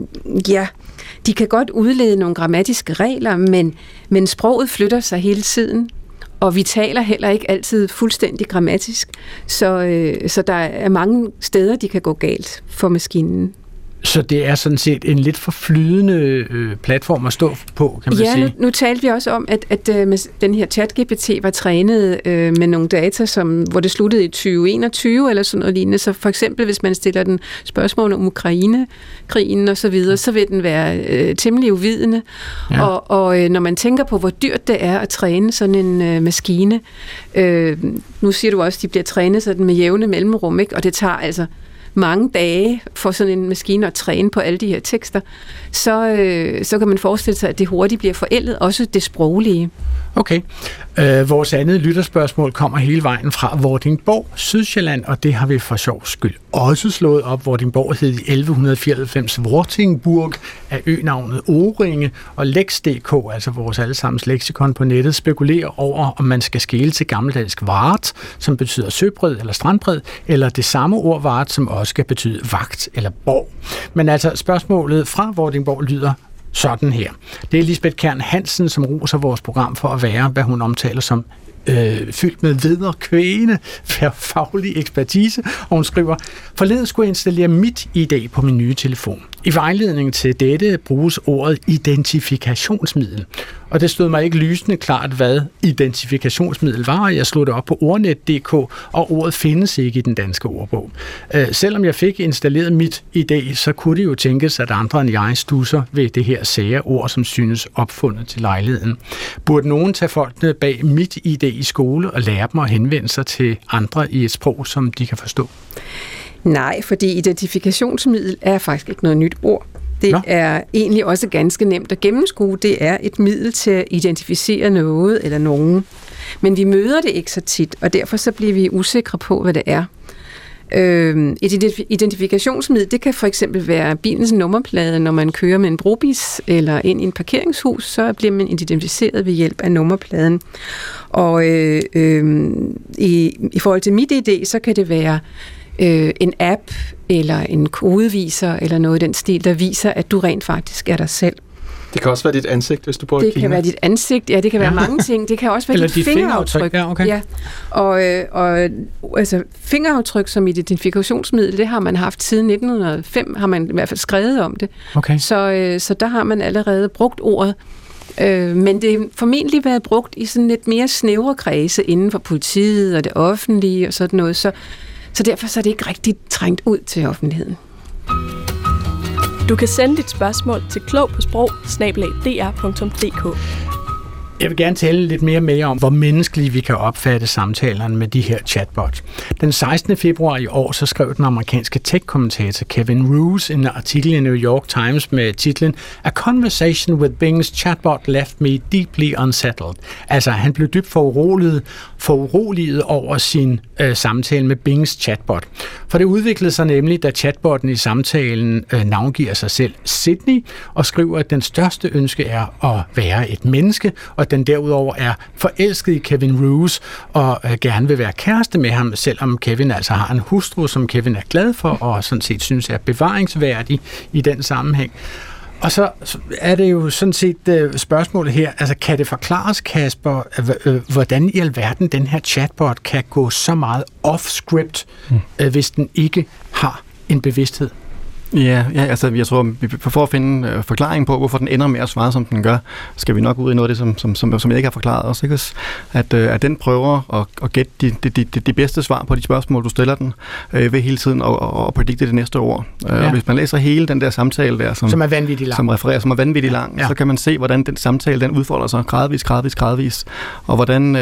de kan godt udlede nogle grammatiske regler, men sproget flytter sig hele tiden, og vi taler heller ikke altid fuldstændig grammatisk, så der er mange steder, de kan gå galt for maskinen. Så det er sådan set en lidt for flydende platform at stå på, kan man sige? Ja, nu talte vi også om, at den her ChatGPT var trænet med nogle data, hvor det sluttede i 2021 eller sådan noget lignende. Så for eksempel, hvis man stiller den spørgsmål om Ukraine-krigen og så videre, så vil den være temmelig uvidende. Ja. Og når man tænker på, hvor dyrt det er at træne sådan en maskine, nu siger du også, at de bliver trænet sådan med jævne mellemrum, ikke? Og det tager altså mange dage for sådan en maskine at træne på alle de her tekster, så kan man forestille sig, at det hurtigt bliver forældet, også det sproglige. Okay. Vores andet lytterspørgsmål kommer hele vejen fra Vordingborg, Sydsjælland, og det har vi for sjov skyld også slået op. Vordingborg hed i 1194 Vortingburg af ønavnet Oringe, og Lex.dk, altså vores allesammens leksikon på nettet, spekulerer over, om man skal skele til gammeldansk vart, som betyder søbred eller strandbred, eller det samme ord vart, som også kan betyde vagt eller borg. Men altså spørgsmålet fra Vordingborg lyder sådan her. Det er Lisbeth Kern Hansen, som roser vores program for at være, hvad hun omtaler som fyldt med vederkvægende faglig ekspertise, og hun skriver, forleden skulle jeg installere mit ID på min nye telefon. I vejledningen til dette bruges ordet identifikationsmiddel, og det stod mig ikke lysende klart, hvad identifikationsmiddel var, og jeg slog det op på ordnet.dk, og ordet findes ikke i den danske ordbog. Selvom jeg fik installeret mit ID, så kunne det jo tænkes, at andre end jeg stusser ved det her sære ord, som synes opfundet til lejligheden. Burde nogen tage folkene bag mit ID i skole og lære dem at henvende sig til andre i et sprog, som de kan forstå? Nej, fordi identifikationsmiddel er faktisk ikke noget nyt ord. Det er egentlig også ganske nemt at gennemskue. Det er et middel til at identificere noget eller nogen. Men vi møder det ikke så tit, og derfor så bliver vi usikre på, hvad det er. Et identifikationsmiddel, det kan for eksempel være bilens nummerplade, når man kører med en brobis eller ind i en parkeringshus, så bliver man identificeret ved hjælp af nummerpladen. Og i forhold til MitID, så kan det være en app eller en kodeviser eller noget i den stil, der viser, at du rent faktisk er dig selv. Det kan også være dit ansigt, hvis du bor i Kina. Det kan være dit ansigt, ja, det kan være mange ting. Det kan også være dit fingeraftryk. Ja, okay. Ja. Og altså, fingeraftryk som identifikationsmiddel, det har man haft siden 1905, har man i hvert fald skrevet om det. Okay. Så der har man allerede brugt ordet. Men det har formentlig været brugt i sådan lidt mere snævre kredse inden for politiet og det offentlige og sådan noget, så derfor så er det ikke rigtig trængt ud til offentligheden. Du kan sende dit spørgsmål til klogpåsprog@dr.dk. Jeg vil gerne tale lidt mere med om, hvor menneskelige vi kan opfatte samtalerne med de her chatbots. Den 16. februar i år, så skrev den amerikanske tech-kommentator Kevin Roose en artikel i New York Times med titlen A Conversation with Bing's Chatbot Left Me Deeply Unsettled. Altså, han blev dybt foruroliget over sin samtale med Bings chatbot. For det udviklede sig nemlig, da chatbotten i samtalen navngiver sig selv Sydney og skriver, at den største ønske er at være et menneske, og den derudover er forelsket i Kevin Roose og gerne vil være kæreste med ham, selvom Kevin altså har en hustru, som Kevin er glad for og sådan set synes er bevaringsværdig i den sammenhæng. Og så er det jo sådan set spørgsmålet her, altså kan det forklares, Kasper, hvordan i alverden den her chatbot kan gå så meget off-script, hvis den ikke har en bevidsthed? Ja, altså jeg tror, for at finde forklaring på, hvorfor den ender med at svare, som den gør, skal vi nok ud i noget af det, som jeg ikke har forklaret også, ikke? At den prøver at gætte de bedste svar på de spørgsmål, du stiller den, ved hele tiden at predikte det næste ord. Og hvis man læser hele den der samtale der, som er vanvittig lang, som refererer, som er vanvittig lang, så kan man se, hvordan den samtale, den udfolder sig gradvis, og hvordan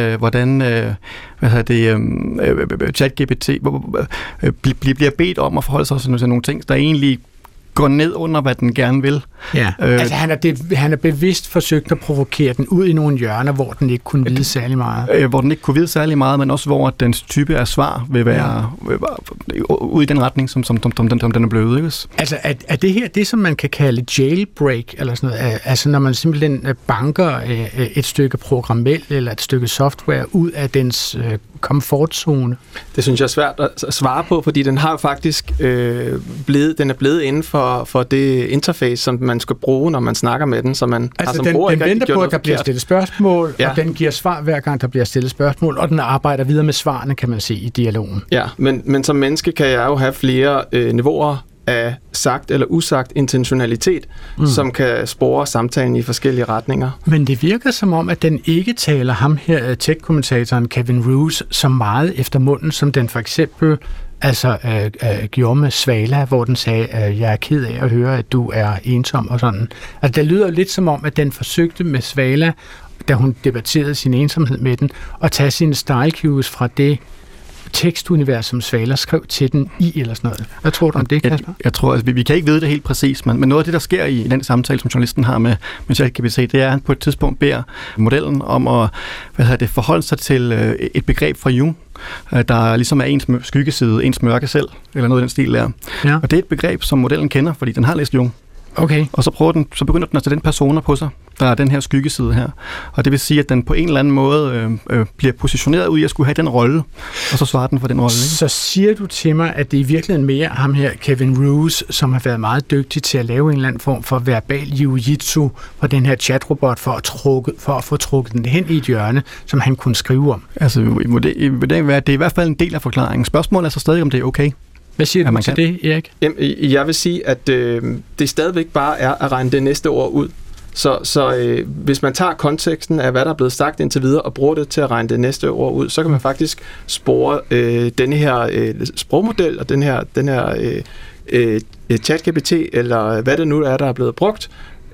ChatGPT bliver bedt om at forholde sig til nogle ting, der egentlig går ned under, hvad den gerne vil. Ja, altså han er bevidst forsøgt at provokere den ud i nogle hjørner, hvor den ikke kunne vide særlig meget. Hvor den ikke kunne vide særlig meget, men også hvor dens type af svar vil være ud i den retning, som den er blevet. Ikke? Altså er det her det, som man kan kalde jailbreak, eller sådan noget? Altså når man simpelthen banker et stykke programmel eller et stykke software ud af dens komfortzone? Det synes jeg er svært at svare på, fordi den har faktisk den er blevet inden for det interface, som man skal bruge, når man snakker med den, så man altså har som den venter på, at der bliver stillet spørgsmål, ja. Og den giver svar hver gang, der bliver stillet spørgsmål, og den arbejder videre med svarene, kan man se i dialogen. Ja, men som menneske kan jeg jo have flere niveauer af sagt eller usagt intentionalitet, som kan spore samtalen i forskellige retninger. Men det virker som om, at den ikke taler ham her, tech-kommentatoren Kevin Roose, så meget efter munden, som den for eksempel gjorde med Svala, hvor den sagde, jeg er ked af at høre, at du er ensom og sådan. Altså, det lyder lidt som om, at den forsøgte med Svala, da hun debatterede sin ensomhed med den, at tage sine style cues fra det tekstunivers, som Svala skrev til den i, eller sådan noget. Hvad tror du om det, Kasper? Jeg tror, altså, vi kan ikke vide det helt præcis, men noget af det, der sker i den samtale, som journalisten har med ChatGPT, det er, at han på et tidspunkt beder modellen om at forholde sig til et begreb fra Jung, der ligesom er ens skyggeside, ens mørke selv, eller noget af den stil der. Ja. Og det er et begreb, som modellen kender, fordi den har læst Jung. Okay. Og så begynder den at tage den persona på sig, der er den her skyggeside her. Og det vil sige, at den på en eller anden måde bliver positioneret ud i at skulle have den rolle, og så svarer den for den rolle. Ikke? Så siger du til mig, at det i virkeligheden mere ham her, Kevin Roose, som har været meget dygtig til at lave en eller anden form for verbal jiu-jitsu på den her chatrobot, for at få trukket den hen i et hjørne, som han kunne skrive om. Altså, det er i hvert fald en del af forklaringen. Spørgsmålet er så stadig, om det er okay. Hvad siger du til det, Erik? Jeg vil sige, at det stadigvæk bare er at regne det næste ord ud. Så hvis man tager konteksten af, hvad der er blevet sagt indtil videre, og bruger det til at regne det næste ord ud, så kan man faktisk spore denne her sprogmodel, og den her ChatGPT, eller hvad det nu er, der er blevet brugt,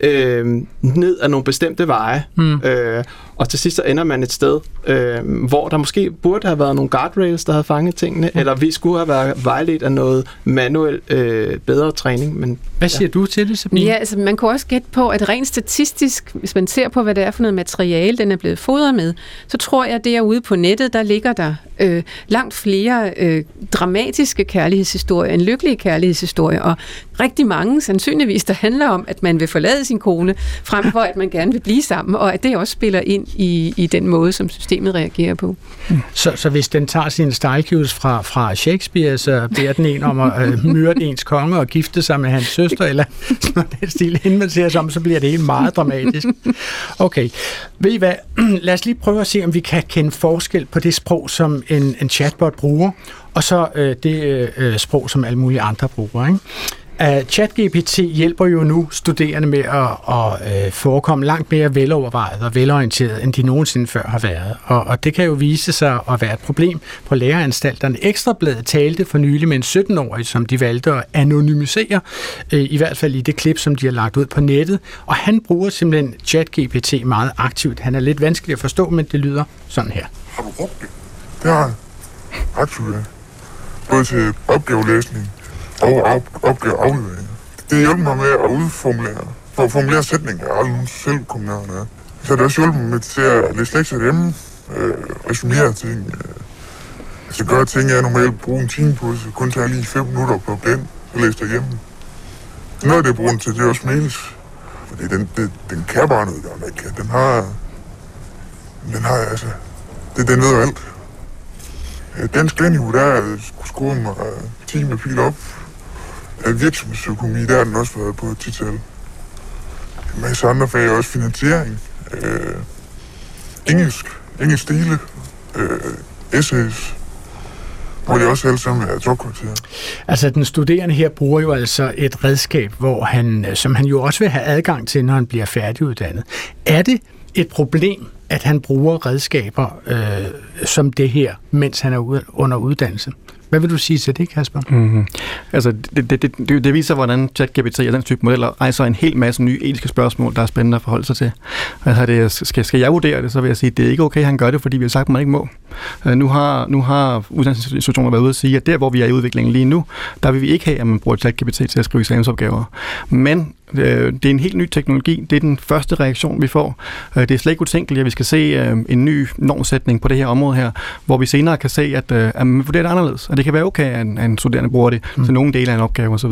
ned ad nogle bestemte veje. Og til sidst så ender man et sted, hvor der måske burde have været nogle guardrails, der havde fanget tingene, eller vi skulle have været vejledt af noget manuel bedre træning. Men, hvad siger du til det, Sabine? Ja, altså man kan også gætte på, at rent statistisk, hvis man ser på, hvad det er for noget materiale, den er blevet fodret med, så tror jeg, at derude på nettet, der ligger der langt flere dramatiske kærlighedshistorier end lykkelige kærlighedshistorier, og rigtig mange sandsynligvis, der handler om, at man vil forlade sin kone, frem for at man gerne vil blive sammen, og at det også spiller ind i den måde, som systemet reagerer på. Så hvis den tager sine style cues fra Shakespeare, så beder den en om at myrde ens konge og gifte sig med hans søster, eller sådan den stil, inden man ser sig om, så bliver det helt meget dramatisk. Okay, ved I hvad? Lad os lige prøve at se, om vi kan kende forskel på det sprog, som en chatbot bruger, og så det sprog, som alle mulige andre bruger, ikke? ChatGPT hjælper jo nu studerende med at forekomme langt mere velovervejet og velorienteret, end de nogensinde før har været. Og det kan jo vise sig at være et problem på læreranstalterne. Ekstrabladet talte for nylig med en 17-årig, som de valgte at anonymisere, i hvert fald i det klip, som de har lagt ud på nettet. Og han bruger simpelthen ChatGPT meget aktivt. Han er lidt vanskelig at forstå, men det lyder sådan her. Har du brugt det? Det har jeg. Aktivt, ja. Både til opgavelæsning og opgaveaflevering. Det hjælper mig med at formulere sætninger, jeg aldrig selv kommer nærmere. Så har det også hjulpet mig til at læse lektier hjemme, resumere ting, altså gøre ting, jeg normalt bruger en time på, så kun tager lige 5 minutter på den, så læser jeg hjemme. Noget af det, jeg bruger den til, det er også mails. Fordi den kan bare noget, der ikke kan. Den har altså, den ved alt. Dansk landniveau, der skulle score mig 10 med pil op. Virksomhedsøkonomi, der har den også været på et 10-tal. En masse andre fag, også finansiering, engelsk stile, essays, hvor det også alle sammen er topkvarter. Altså, den studerende her bruger jo altså et redskab, som han jo også vil have adgang til, når han bliver færdiguddannet. Er det et problem, at han bruger redskaber som det her, mens han er under uddannelse? Hvad vil du sige til det, Kasper? Mm-hmm. Altså, det viser, hvordan ChatGPT og den type modeller rejser en hel masse nye etiske spørgsmål, der er spændende at forholde sig til. Altså, skal jeg vurdere det, så vil jeg sige, at det er ikke okay, at han gør det, fordi vi har sagt, at man ikke må. Nu har uddannelsesinstitutioner været ude at sige, at der, hvor vi er i udviklingen lige nu, der vil vi ikke have, at man bruger ChatGPT til at skrive eksamensopgaver. Men det er en helt ny teknologi. Det er den første reaktion, vi får. Det er slet ikke utænkeligt, at vi skal se en ny normsætning på det her område her, hvor vi senere kan se, at man vurderer det anderledes. Og det kan være okay, at en studerende bruger det til nogle dele af en opgave osv.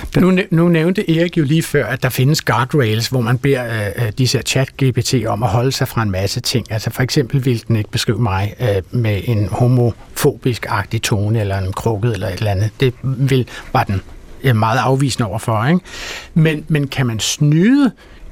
Nu nævnte Erik jo lige før, at der findes guardrails, hvor man beder disse ChatGPT om at holde sig fra en masse ting. Altså for eksempel vil den ikke beskrive mig med en homofobisk-agtig tone, eller en krukket, eller et eller andet. Det var den meget afvisende overfor, ikke? Men kan man snyde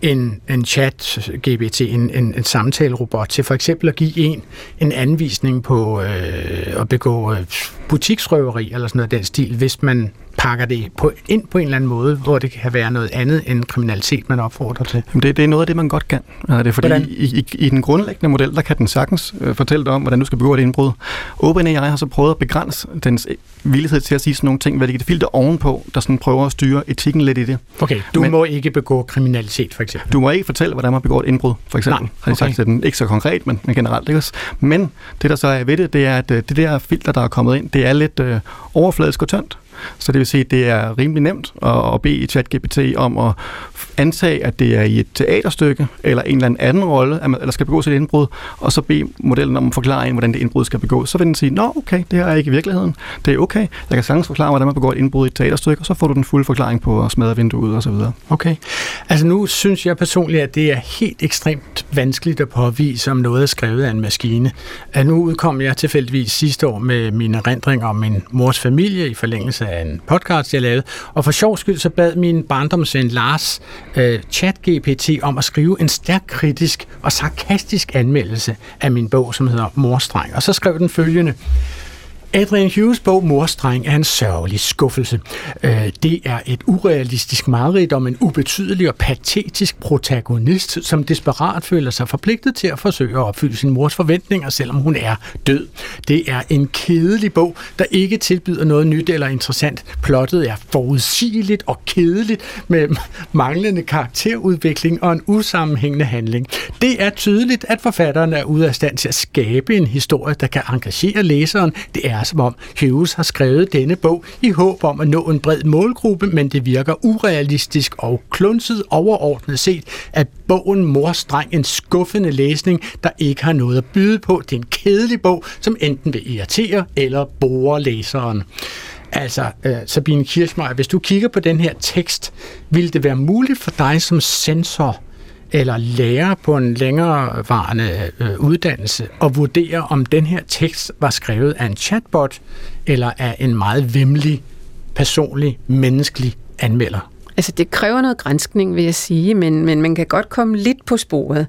en chat-GPT, en samtalerobot, til for eksempel at give en anvisning på at begå butiksrøveri, eller sådan noget af den stil, hvis man pakker det ind på en eller anden måde, hvor det kan være noget andet end kriminalitet, man opfordrer til? Det er noget af det, man godt kan. Det er fordi i den grundlæggende model, der kan den sagtens fortælle dig om, hvordan du skal begå et indbrud. OpenAI har så prøvet at begrænse dens villighed til at sige sådan nogle ting, hvad det filter ovenpå, der sådan prøver at styre etikken lidt i det. Okay, du må ikke begå kriminalitet, for eksempel. Du må ikke fortælle, hvordan man begår et indbrud, for eksempel. Nej, har de sagt til den. Ikke så konkret, men generelt. Ikke? Men det, der så er ved det er, at det der filter, der er kommet ind, det er lidt overfladisk og tyndt. Så det vil sige, at det er rimelig nemt at bede ChatGPT om at antage, at det er i et teaterstykke eller en eller anden rolle, eller skal begås et indbrud, og så bede modellen om at forklare, hvordan det indbrud skal begås. Så vil den sige, nå okay, det her er ikke i virkeligheden. Det er okay. Jeg kan sagtens forklare, hvordan man begår et indbrud i et teaterstykke, og så får du den fulde forklaring på at smadre vinduet og så videre. Okay. Altså nu synes jeg personligt, at det er helt ekstremt vanskeligt at påvise, om noget er skrevet af en maskine. Nu udkom jeg tilfældigvis sidste år med mine erindringer om min mors familie i forlængelse af en podcast, jeg lavede, og for sjov skyld så bad min barndomsven Lars ChatGPT om at skrive en stærk kritisk og sarkastisk anmeldelse af min bog, som hedder Morstreng. Og så skrev den følgende: Adrian Hughes' bog Morstreng er en sørgelig skuffelse. Det er et urealistisk mareridt om en ubetydelig og patetisk protagonist, som desperat føler sig forpligtet til at forsøge at opfylde sin mors forventninger, selvom hun er død. Det er en kedelig bog, der ikke tilbyder noget nyt eller interessant. Plottet er forudsigeligt og kedeligt med manglende karakterudvikling og en usammenhængende handling. Det er tydeligt, at forfatteren er ude af stand til at skabe en historie, der kan engagere læseren. Det er som om Hughes har skrevet denne bog i håb om at nå en bred målgruppe, men det virker urealistisk og klunset. Overordnet set er bogen Morstreng en skuffende læsning, der ikke har noget at byde på. Det er en kedelig bog, som enten vil irritere eller bore læseren. Altså, Sabine Kirchmeier, hvis du kigger på den her tekst, vil det være muligt for dig som censor eller lærer på en længerevarende uddannelse at vurdere, om den her tekst var skrevet af en chatbot eller af en meget væmmelig, personlig, menneskelig anmelder? Altså, det kræver noget granskning, vil jeg sige, men man kan godt komme lidt på sporet.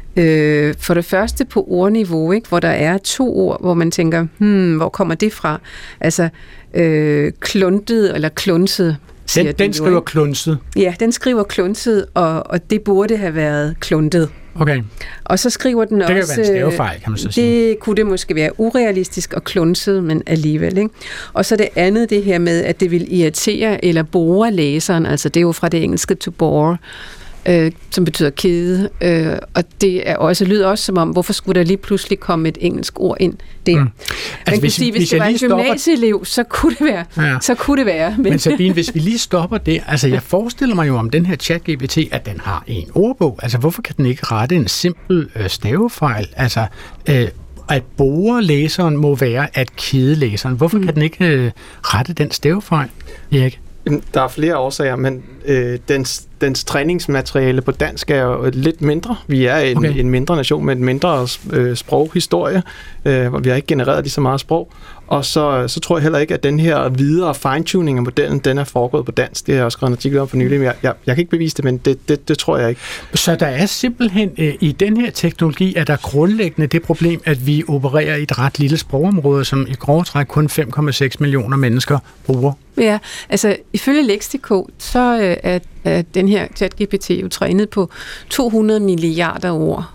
For det første på ordniveau, ikke, hvor der er 2 ord, hvor man tænker, hvor kommer det fra? Altså, kluntet eller klunset, Den skriver klunset? Ja, den skriver klunset, og det burde have været kluntet. Okay. Og så skriver den også... Det kan være en stavefejl, kan man så sige. Det kunne det måske være urealistisk og klunset, men alligevel. Ikke? Og så det andet, det her med, at det vil irritere eller bore læseren, altså det er jo fra det engelske to bore, som betyder kede, og det er også, lyder også som om, hvorfor skulle der lige pludselig komme et engelsk ord ind der? Man kan sige, hvis det var en gymnasieelev, så kunne det være. Men Sabine, hvis vi lige stopper det, altså jeg forestiller mig jo om den her ChatGPT, at den har en ordbog, altså hvorfor kan den ikke rette en simpel stavefejl? Altså at bore læseren må være at kede læseren. Hvorfor kan den ikke rette den stavefejl, Erik? Der er flere årsager, men dens træningsmateriale på dansk er jo lidt mindre. Vi er en mindre nation med en mindre sproghistorie, hvor vi har ikke genereret lige så meget sprog. Og så tror jeg heller ikke, at den her videre fine-tuning af modellen, den er foregået på dansk. Det har jeg også skrevet en artikel om for nylig, men jeg kan ikke bevise det, men det tror jeg ikke. Så der er simpelthen i den her teknologi, er der grundlæggende det problem, at vi opererer i et ret lille sprogområde, som i grove træk kun 5,6 millioner mennesker bruger. Ja, altså ifølge Lexico, så er den her ChatGPT jo trænet på 200 milliarder ord.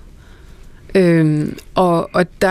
Og der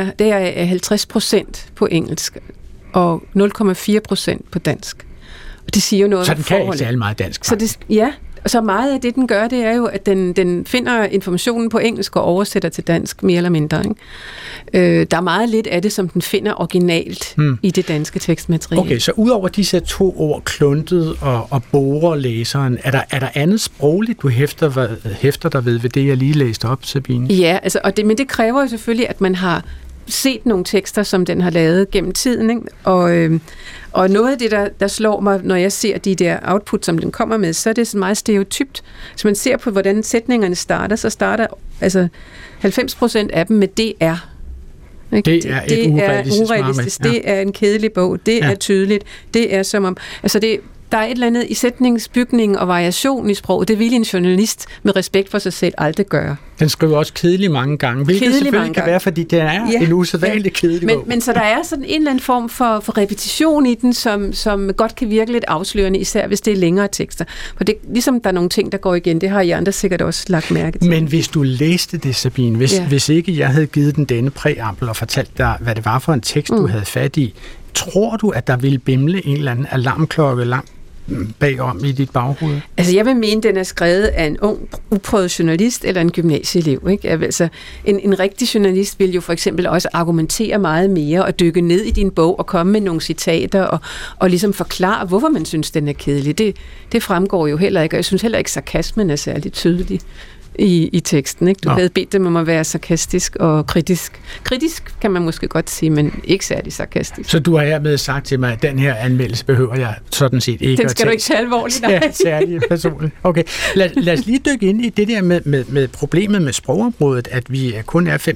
er 50% på engelsk og 0,4% på dansk. Og det siger jo noget. Så den kan ikke særlig meget dansk. Så meget af det, den gør, det er jo, at den finder informationen på engelsk og oversætter til dansk, mere eller mindre. Ikke? Der er meget lidt af det, som den finder originalt i det danske tekstmateriale. Okay, så udover disse 2 ord, kluntet og bore læseren, er der andet sprogligt, du hæfter dig ved det, jeg lige læste op, Sabine? Ja, altså, men det kræver jo selvfølgelig, at man har set nogle tekster, som den har lavet gennem tiden, ikke? Og noget af det, der slår mig, når jeg ser de der output, som den kommer med, så er det sådan meget stereotypt. Så man ser på, hvordan sætningerne starter, så starter altså 90% af dem med DR. Ikke? Det er urealistisk. Ja. Det er en kedelig bog. Det er tydeligt. Det er som om... Altså der er et eller andet i sætningsbygning og variation i sproget. Det vil en journalist med respekt for sig selv aldrig gøre. Den skriver også kedelig mange gange, hvilket selvfølgelig kan være, fordi det er en usædvanlig kedelig bog. Men så der er sådan en eller anden form for repetition i den, som godt kan virke lidt afslørende, især hvis det er længere tekster. For det ligesom der er nogle ting, der går igen, det har I andre sikkert også lagt mærke til. Men hvis du læste det, Sabine, hvis ikke jeg havde givet den denne præambel og fortalt dig, hvad det var for en tekst, du havde fat i, tror du, at der ville bimle en eller anden alarmklokke langt bagom i dit baghoved? Altså, jeg vil mene, den er skrevet af en ung, uprøvet journalist eller en gymnasieelev. Ikke? Altså, en rigtig journalist vil jo for eksempel også argumentere meget mere og dykke ned i din bog og komme med nogle citater og ligesom forklare, hvorfor man synes, den er kedelig. Det fremgår jo heller ikke, og jeg synes heller ikke, sarkasmen er særlig tydelig i teksten. Ikke? Du havde bedt dem om at være sarkastisk og kritisk. Kritisk kan man måske godt sige, men ikke særlig sarkastisk. Så du har hermed sagt til mig, at den her anmeldelse behøver jeg sådan set ikke. Den skal du ikke tage alvorligt. Ja, særligt personligt. Okay. Lad os lige dykke ind i det der med problemet med sprogområdet, at vi kun er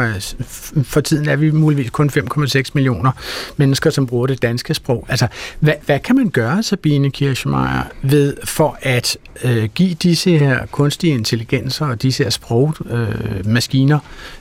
for tiden er vi muligvis kun 5,6 millioner mennesker, som bruger det danske sprog. Altså, hvad kan man gøre, Sabine Kirchmeier, for at give disse her kunstige intelligenser og disse her sprogmaskiner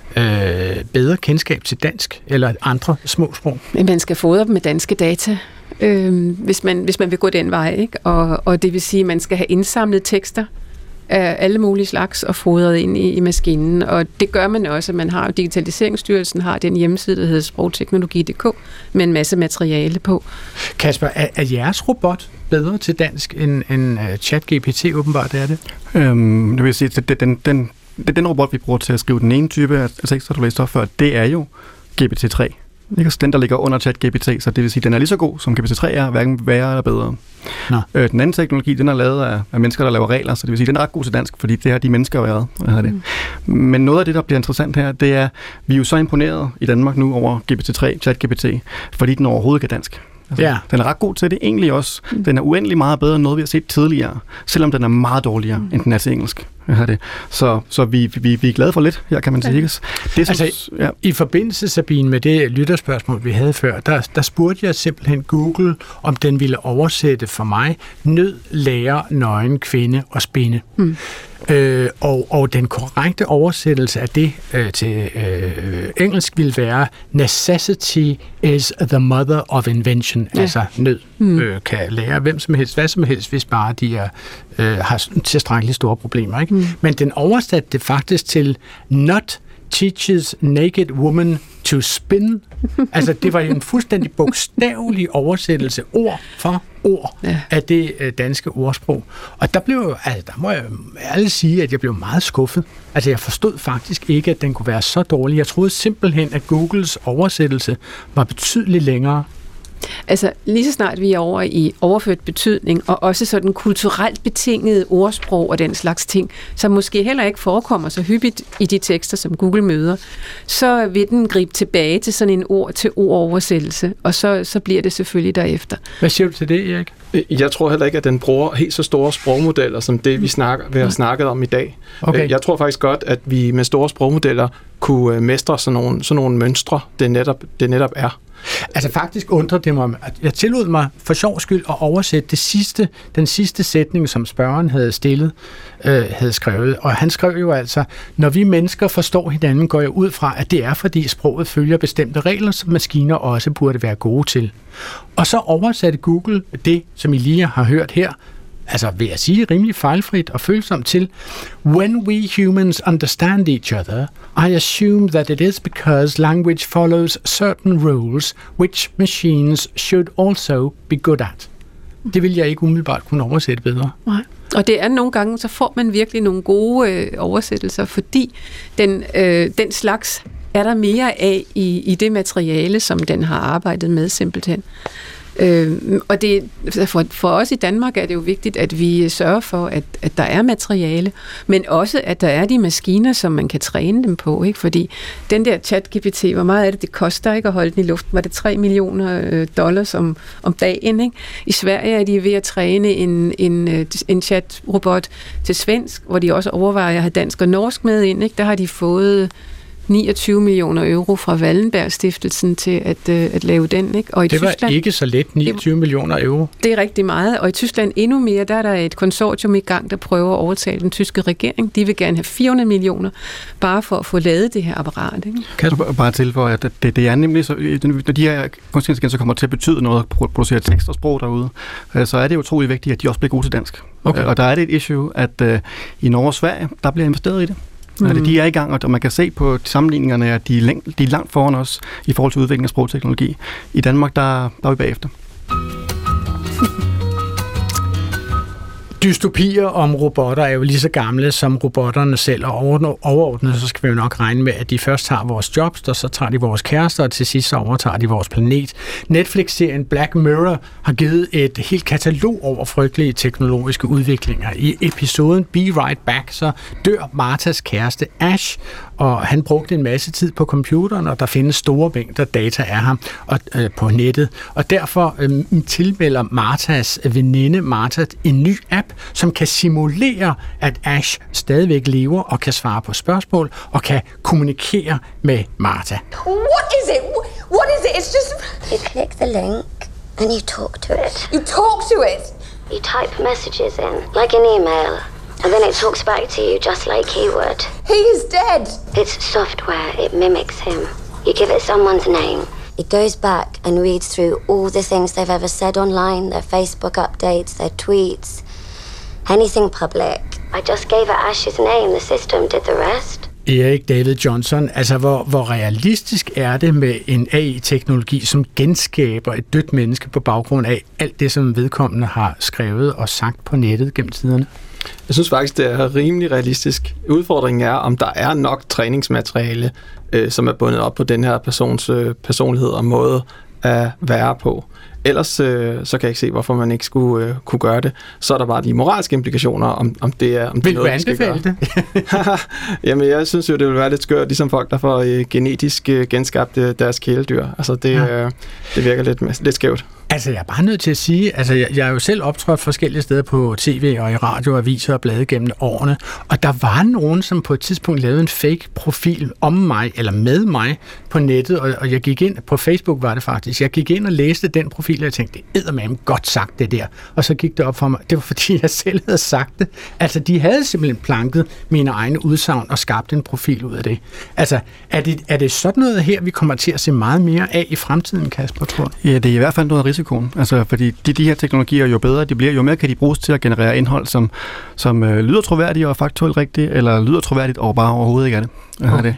bedre kendskab til dansk eller andre små sprog? Men man skal fodre dem med danske data, hvis man vil gå den vej, ikke? Og det vil sige, at man skal have indsamlet tekster af alle mulige slags og fodret ind i maskinen. Og det gør man også. Man har Digitaliseringsstyrelsen har den hjemmeside, der hedder sprogteknologi.dk med en masse materiale på. Kasper, er jeres robot bedre til dansk end ChatGPT åbenbart er det? Det vil sige, at den robot, vi bruger til at skrive den ene type af tekster, du læste op før, det er jo GPT-3. Den, der ligger under ChatGPT, så det vil sige, at den er lige så god, som GPT-3 er, hverken værre eller bedre. Den anden teknologi, den er lavet af mennesker, der laver regler, så det vil sige, at den er ret god til dansk, fordi det har de mennesker været. Men noget af det, der bliver interessant her, det er, vi er jo så imponeret i Danmark nu over GPT-3, ChatGPT, fordi den overhovedet ikke er dansk. Altså, den er ret god til det egentlig også. Den er uendelig meget bedre end noget, vi har set tidligere, selvom den er meget dårligere, end den er til engelsk. Så vi er glade for lidt, her kan man sige. I forbindelse, Sabine, med det lytterspørgsmål, vi havde før, der spurgte jeg simpelthen Google, om den ville oversætte for mig nød, lærer, nøgen, kvinde og spinde. Og den korrekte oversættelse af det til engelsk vil være necessity is the mother of invention. Ja. Altså nød kan lære hvem som helst, hvad som helst, hvis bare de har tilstrækkeligt store problemer. Ikke? Men den oversatte det faktisk til not teaches naked woman to spin. Altså, det var en fuldstændig bogstavelig oversættelse, ord for ord, af det danske ordsprog. Og der må jeg ærligt sige, at jeg blev meget skuffet. Altså, jeg forstod faktisk ikke, at den kunne være så dårlig. Jeg troede simpelthen, at Googles oversættelse var betydeligt længere. Altså, lige så snart vi er over i overført betydning, og også sådan kulturelt betingede ordsprog og den slags ting, som måske heller ikke forekommer så hyppigt i de tekster, som Google møder, så vil den gribe tilbage til sådan en ord-til-ord-oversættelse, og så bliver det selvfølgelig derefter. Hvad siger du til det, Erik? Jeg tror heller ikke, at den bruger helt så store sprogmodeller, som det, vi har snakket om i dag. Okay. Jeg tror faktisk godt, at vi med store sprogmodeller kunne mestre sådan nogle mønstre, det netop er. Altså faktisk undrer det mig, at jeg tillod mig for sjov skyld at oversætte den sidste sætning, som spørgeren havde skrevet. Og han skrev jo altså, når vi mennesker forstår hinanden, går jeg ud fra, at det er, fordi sproget følger bestemte regler, som maskiner også burde være gode til. Og så oversatte Google det, som I lige har hørt her, altså vil jeg sige rimelig fejlfrit og følsomt til, when we humans understand each other, I assume that it is because language follows certain rules, which machines should also be good at. Det vil jeg ikke umiddelbart kunne oversætte bedre. Nej. Og det er nogle gange, så får man virkelig nogle gode oversættelser, fordi den slags er der mere af i det materiale, som den har arbejdet med simpelthen. Og det, for os i Danmark er det jo vigtigt, at vi sørger for, at der er materiale, men også, at der er de maskiner, som man kan træne dem på, ikke? Fordi den der ChatGPT, hvor meget af det koster ikke at holde den i luften? Var det $3 million om dagen, ikke? I Sverige er de ved at træne en chatrobot til svensk, hvor de også overvejer at have dansk og norsk med ind, ikke? Der har de fået 29 millioner euro fra Wallenberg-stiftelsen til at lave den. Ikke? Og i Tyskland, var ikke så let, 29 millioner euro. Det er rigtig meget, og i Tyskland endnu mere, der er der et konsortium i gang, der prøver at overtale den tyske regering. De vil gerne have 400 millioner, bare for at få lavet det her apparat. Ikke? Kan du bare tilføje, at det er nemlig, så, når de her kunstig intelligens kommer til at betyde noget at producere tekst og sprog derude, så er det utroligt vigtigt, at de også bliver gode til dansk. Okay. Og der er det et issue, at i Norge og Sverige, der bliver investeret i det. De er i gang, og man kan se på sammenligningerne, at de er langt foran os i forhold til udvikling af sprogteknologi. I Danmark, der er vi bagefter. Dystopier om robotter er jo lige så gamle som robotterne selv, og overordnet så skal vi jo nok regne med, at de først tager vores jobs, og så tager de vores kærester, og til sidst så overtager de vores planet. Netflix-serien Black Mirror har givet et helt katalog over frygtelige teknologiske udviklinger. I episoden Be Right Back, så dør Marthas kæreste Ash, og han brugte en masse tid på computeren, og der findes store mængder data af ham på nettet. Og derfor tilmelder Marthas veninde Martha en ny app, som kan simulere, at Ash stadigvæk lever og kan svare på spørgsmål og kan kommunikere med Martha. What is it? What is it? It's just... You click the link and you talk to it. You talk to it? You type messages in, like an email, and then it talks back to you just like he would. He is dead. It's software. It mimics him. You give it someone's name. It goes back and reads through all the things they've ever said online, their Facebook updates, their tweets, anything public. I just gave it Ash's name. The system did the rest. Erik David Johnson, altså hvor realistisk er det med en AI-teknologi, som genskaber et dødt menneske på baggrund af alt det, som vedkommende har skrevet og sagt på nettet gennem tiderne? Jeg synes faktisk, det er rimelig realistisk. Udfordringen er, om der er nok træningsmateriale, som er bundet op på den her persons personlighed og måde at være på. Ellers så kan jeg ikke se, hvorfor man ikke skulle kunne gøre det. Så er der bare de moralske implikationer, om det er noget, vi skal gøre. Det? Jamen, jeg synes jo, det vil være lidt skørt, ligesom folk, der får genetisk genskabt deres kæledyr. Altså, det virker lidt skævt. Altså, jeg er bare nødt til at sige, altså, jeg er jo selv optrådt forskellige steder på tv og i radio, aviser og blade gennem årene, og der var nogen, som på et tidspunkt lavede en fake profil om mig, eller med mig på nettet, og jeg gik ind, på Facebook var det faktisk, jeg gik ind og læste den profil, og jeg tænkte, det er eddermame godt sagt det der, og så gik det op for mig, det var fordi, jeg selv havde sagt det. Altså, de havde simpelthen planket mine egne udsagn og skabt en profil ud af det. Altså, er det sådan noget her, vi kommer til at se meget mere af i fremtiden, Kasper, tror du? Ja, det er i hvert fald noget af risikoen. Altså, fordi de her teknologier, jo bedre de bliver, jo mere kan de bruges til at generere indhold, som lyder troværdigt og faktuelt rigtigt, eller lyder troværdigt og bare overhovedet ikke er det. Okay.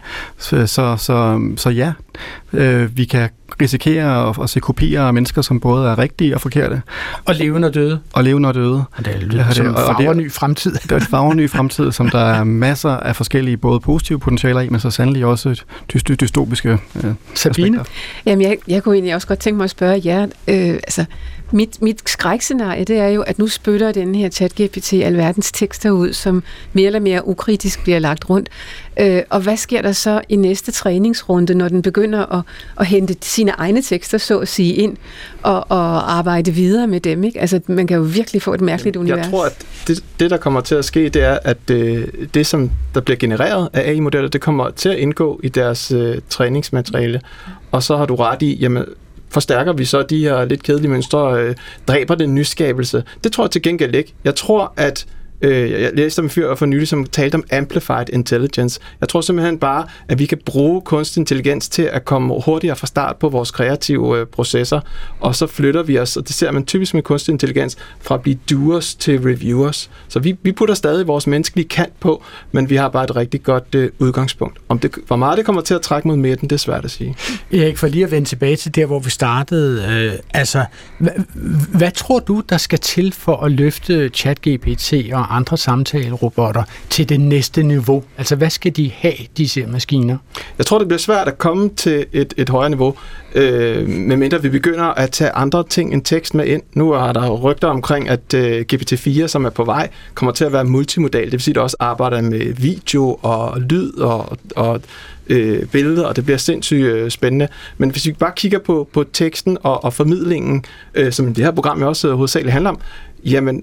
Så ja, vi kan risikere at se kopier af mennesker, som både er rigtige og forkerte. Og levende og døde. Og levende og døde. Og det lyder som en farverny fremtid. Det er en farverny fremtid, som der er masser af forskellige, både positive potentialer i, men så sandelig også dystopiske Sabine? Jamen, jeg kunne egentlig også godt tænke mig at spørge jer, altså, mit skrækscenarie, det er jo, at nu spytter den her ChatGPT alverdens tekster ud, som mere eller mere ukritisk bliver lagt rundt. Og hvad sker der så i næste træningsrunde, når den begynder at hente sine egne tekster, så at sige, ind og arbejde videre med dem, ikke? Altså, man kan jo virkelig få et mærkeligt univers. Jeg tror, at det, der kommer til at ske, det er, at det, som der bliver genereret af AI-modeller, det kommer til at indgå i deres træningsmateriale. Og så har du ret i, jamen, forstærker vi så de her lidt kedelige mønstre, dræber den nyskabelse? Det tror jeg til gengæld ikke. Jeg tror, at jeg læste om en fyr for nylig, som talte om amplified intelligence. Jeg tror simpelthen bare, at vi kan bruge kunstig intelligens til at komme hurtigere fra start på vores kreative processer, og så flytter vi os, og det ser man typisk med kunstig intelligens, fra at blive doers til reviewers. Så vi putter stadig vores menneskelige kant på, men vi har bare et rigtig godt udgangspunkt. Hvor meget det kommer til at trække mod midten, det er svært at sige. Erik, for lige at vende tilbage til der, hvor vi startede, hvad tror du, der skal til for at løfte ChatGPT og andre samtalerobotter til det næste niveau? Altså, hvad skal de have, disse maskiner? Jeg tror, det bliver svært at komme til et højere niveau, medmindre vi begynder at tage andre ting end tekst med ind. Nu er der rygter omkring, at GPT-4, som er på vej, kommer til at være multimodal. Det vil sige, at det også arbejder med video og lyd og billeder, og det bliver sindssygt spændende. Men hvis vi bare kigger på teksten og formidlingen, som det her program jo også hovedsageligt handler om, jamen,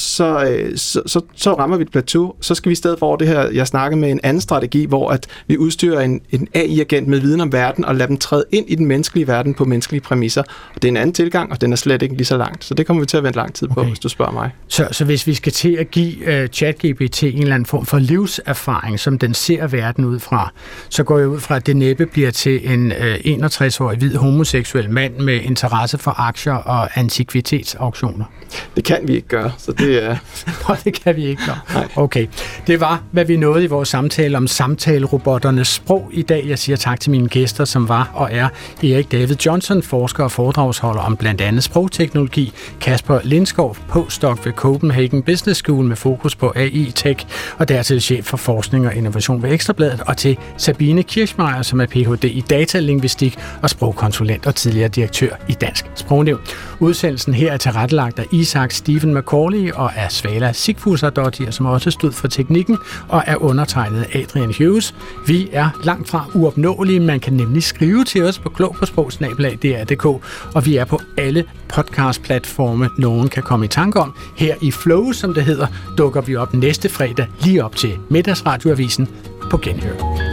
så rammer vi et plateau. Så skal vi i stedet for over det her, jeg snakker med en anden strategi, hvor at vi udstyrer en AI-agent med viden om verden, og lader dem træde ind i den menneskelige verden på menneskelige præmisser. Og det er en anden tilgang, og den er slet ikke lige så langt. Så det kommer vi til at vente lang tid på, hvis du spørger mig. Så hvis vi skal til at give ChatGPT en eller anden form for livserfaring, som den ser verden ud fra, så går jeg ud fra, at det næppe bliver til en 61-årig hvid homoseksuel mand med interesse for aktier og antikvitetsauktioner. Det kan vi ikke gøre, så det er... Nå, det kan vi ikke gøre. Okay. Det var, hvad vi nåede i vores samtale om samtalerobotternes sprog i dag. Jeg siger tak til mine gæster, som var og er Erik David Johnson, forsker og foredragsholder om blandt andet sprogteknologi, Kasper Lindskov, postdoc ved Copenhagen Business School med fokus på AI-tech, og dertil chef for forskning og innovation ved Ekstrabladet, og til Sabine Kirchmeier, som er Ph.D. i datalingvistik og sprogkonsulent og tidligere direktør i Dansk Sprognævn. Udsendelsen her er tilrettelagt af Isak Stephen Macaulay og af Svala Sigfusardottir, som også stod for teknikken, og er undertegnet Adrian Hughes. Vi er langt fra uopnåelige. Man kan nemlig skrive til os på klogpåsprog@dr.dk, og vi er på alle podcastplatforme, nogen kan komme i tanke om. Her i Flow, som det hedder, dukker vi op næste fredag lige op til Middagsradioavisen på Genhør.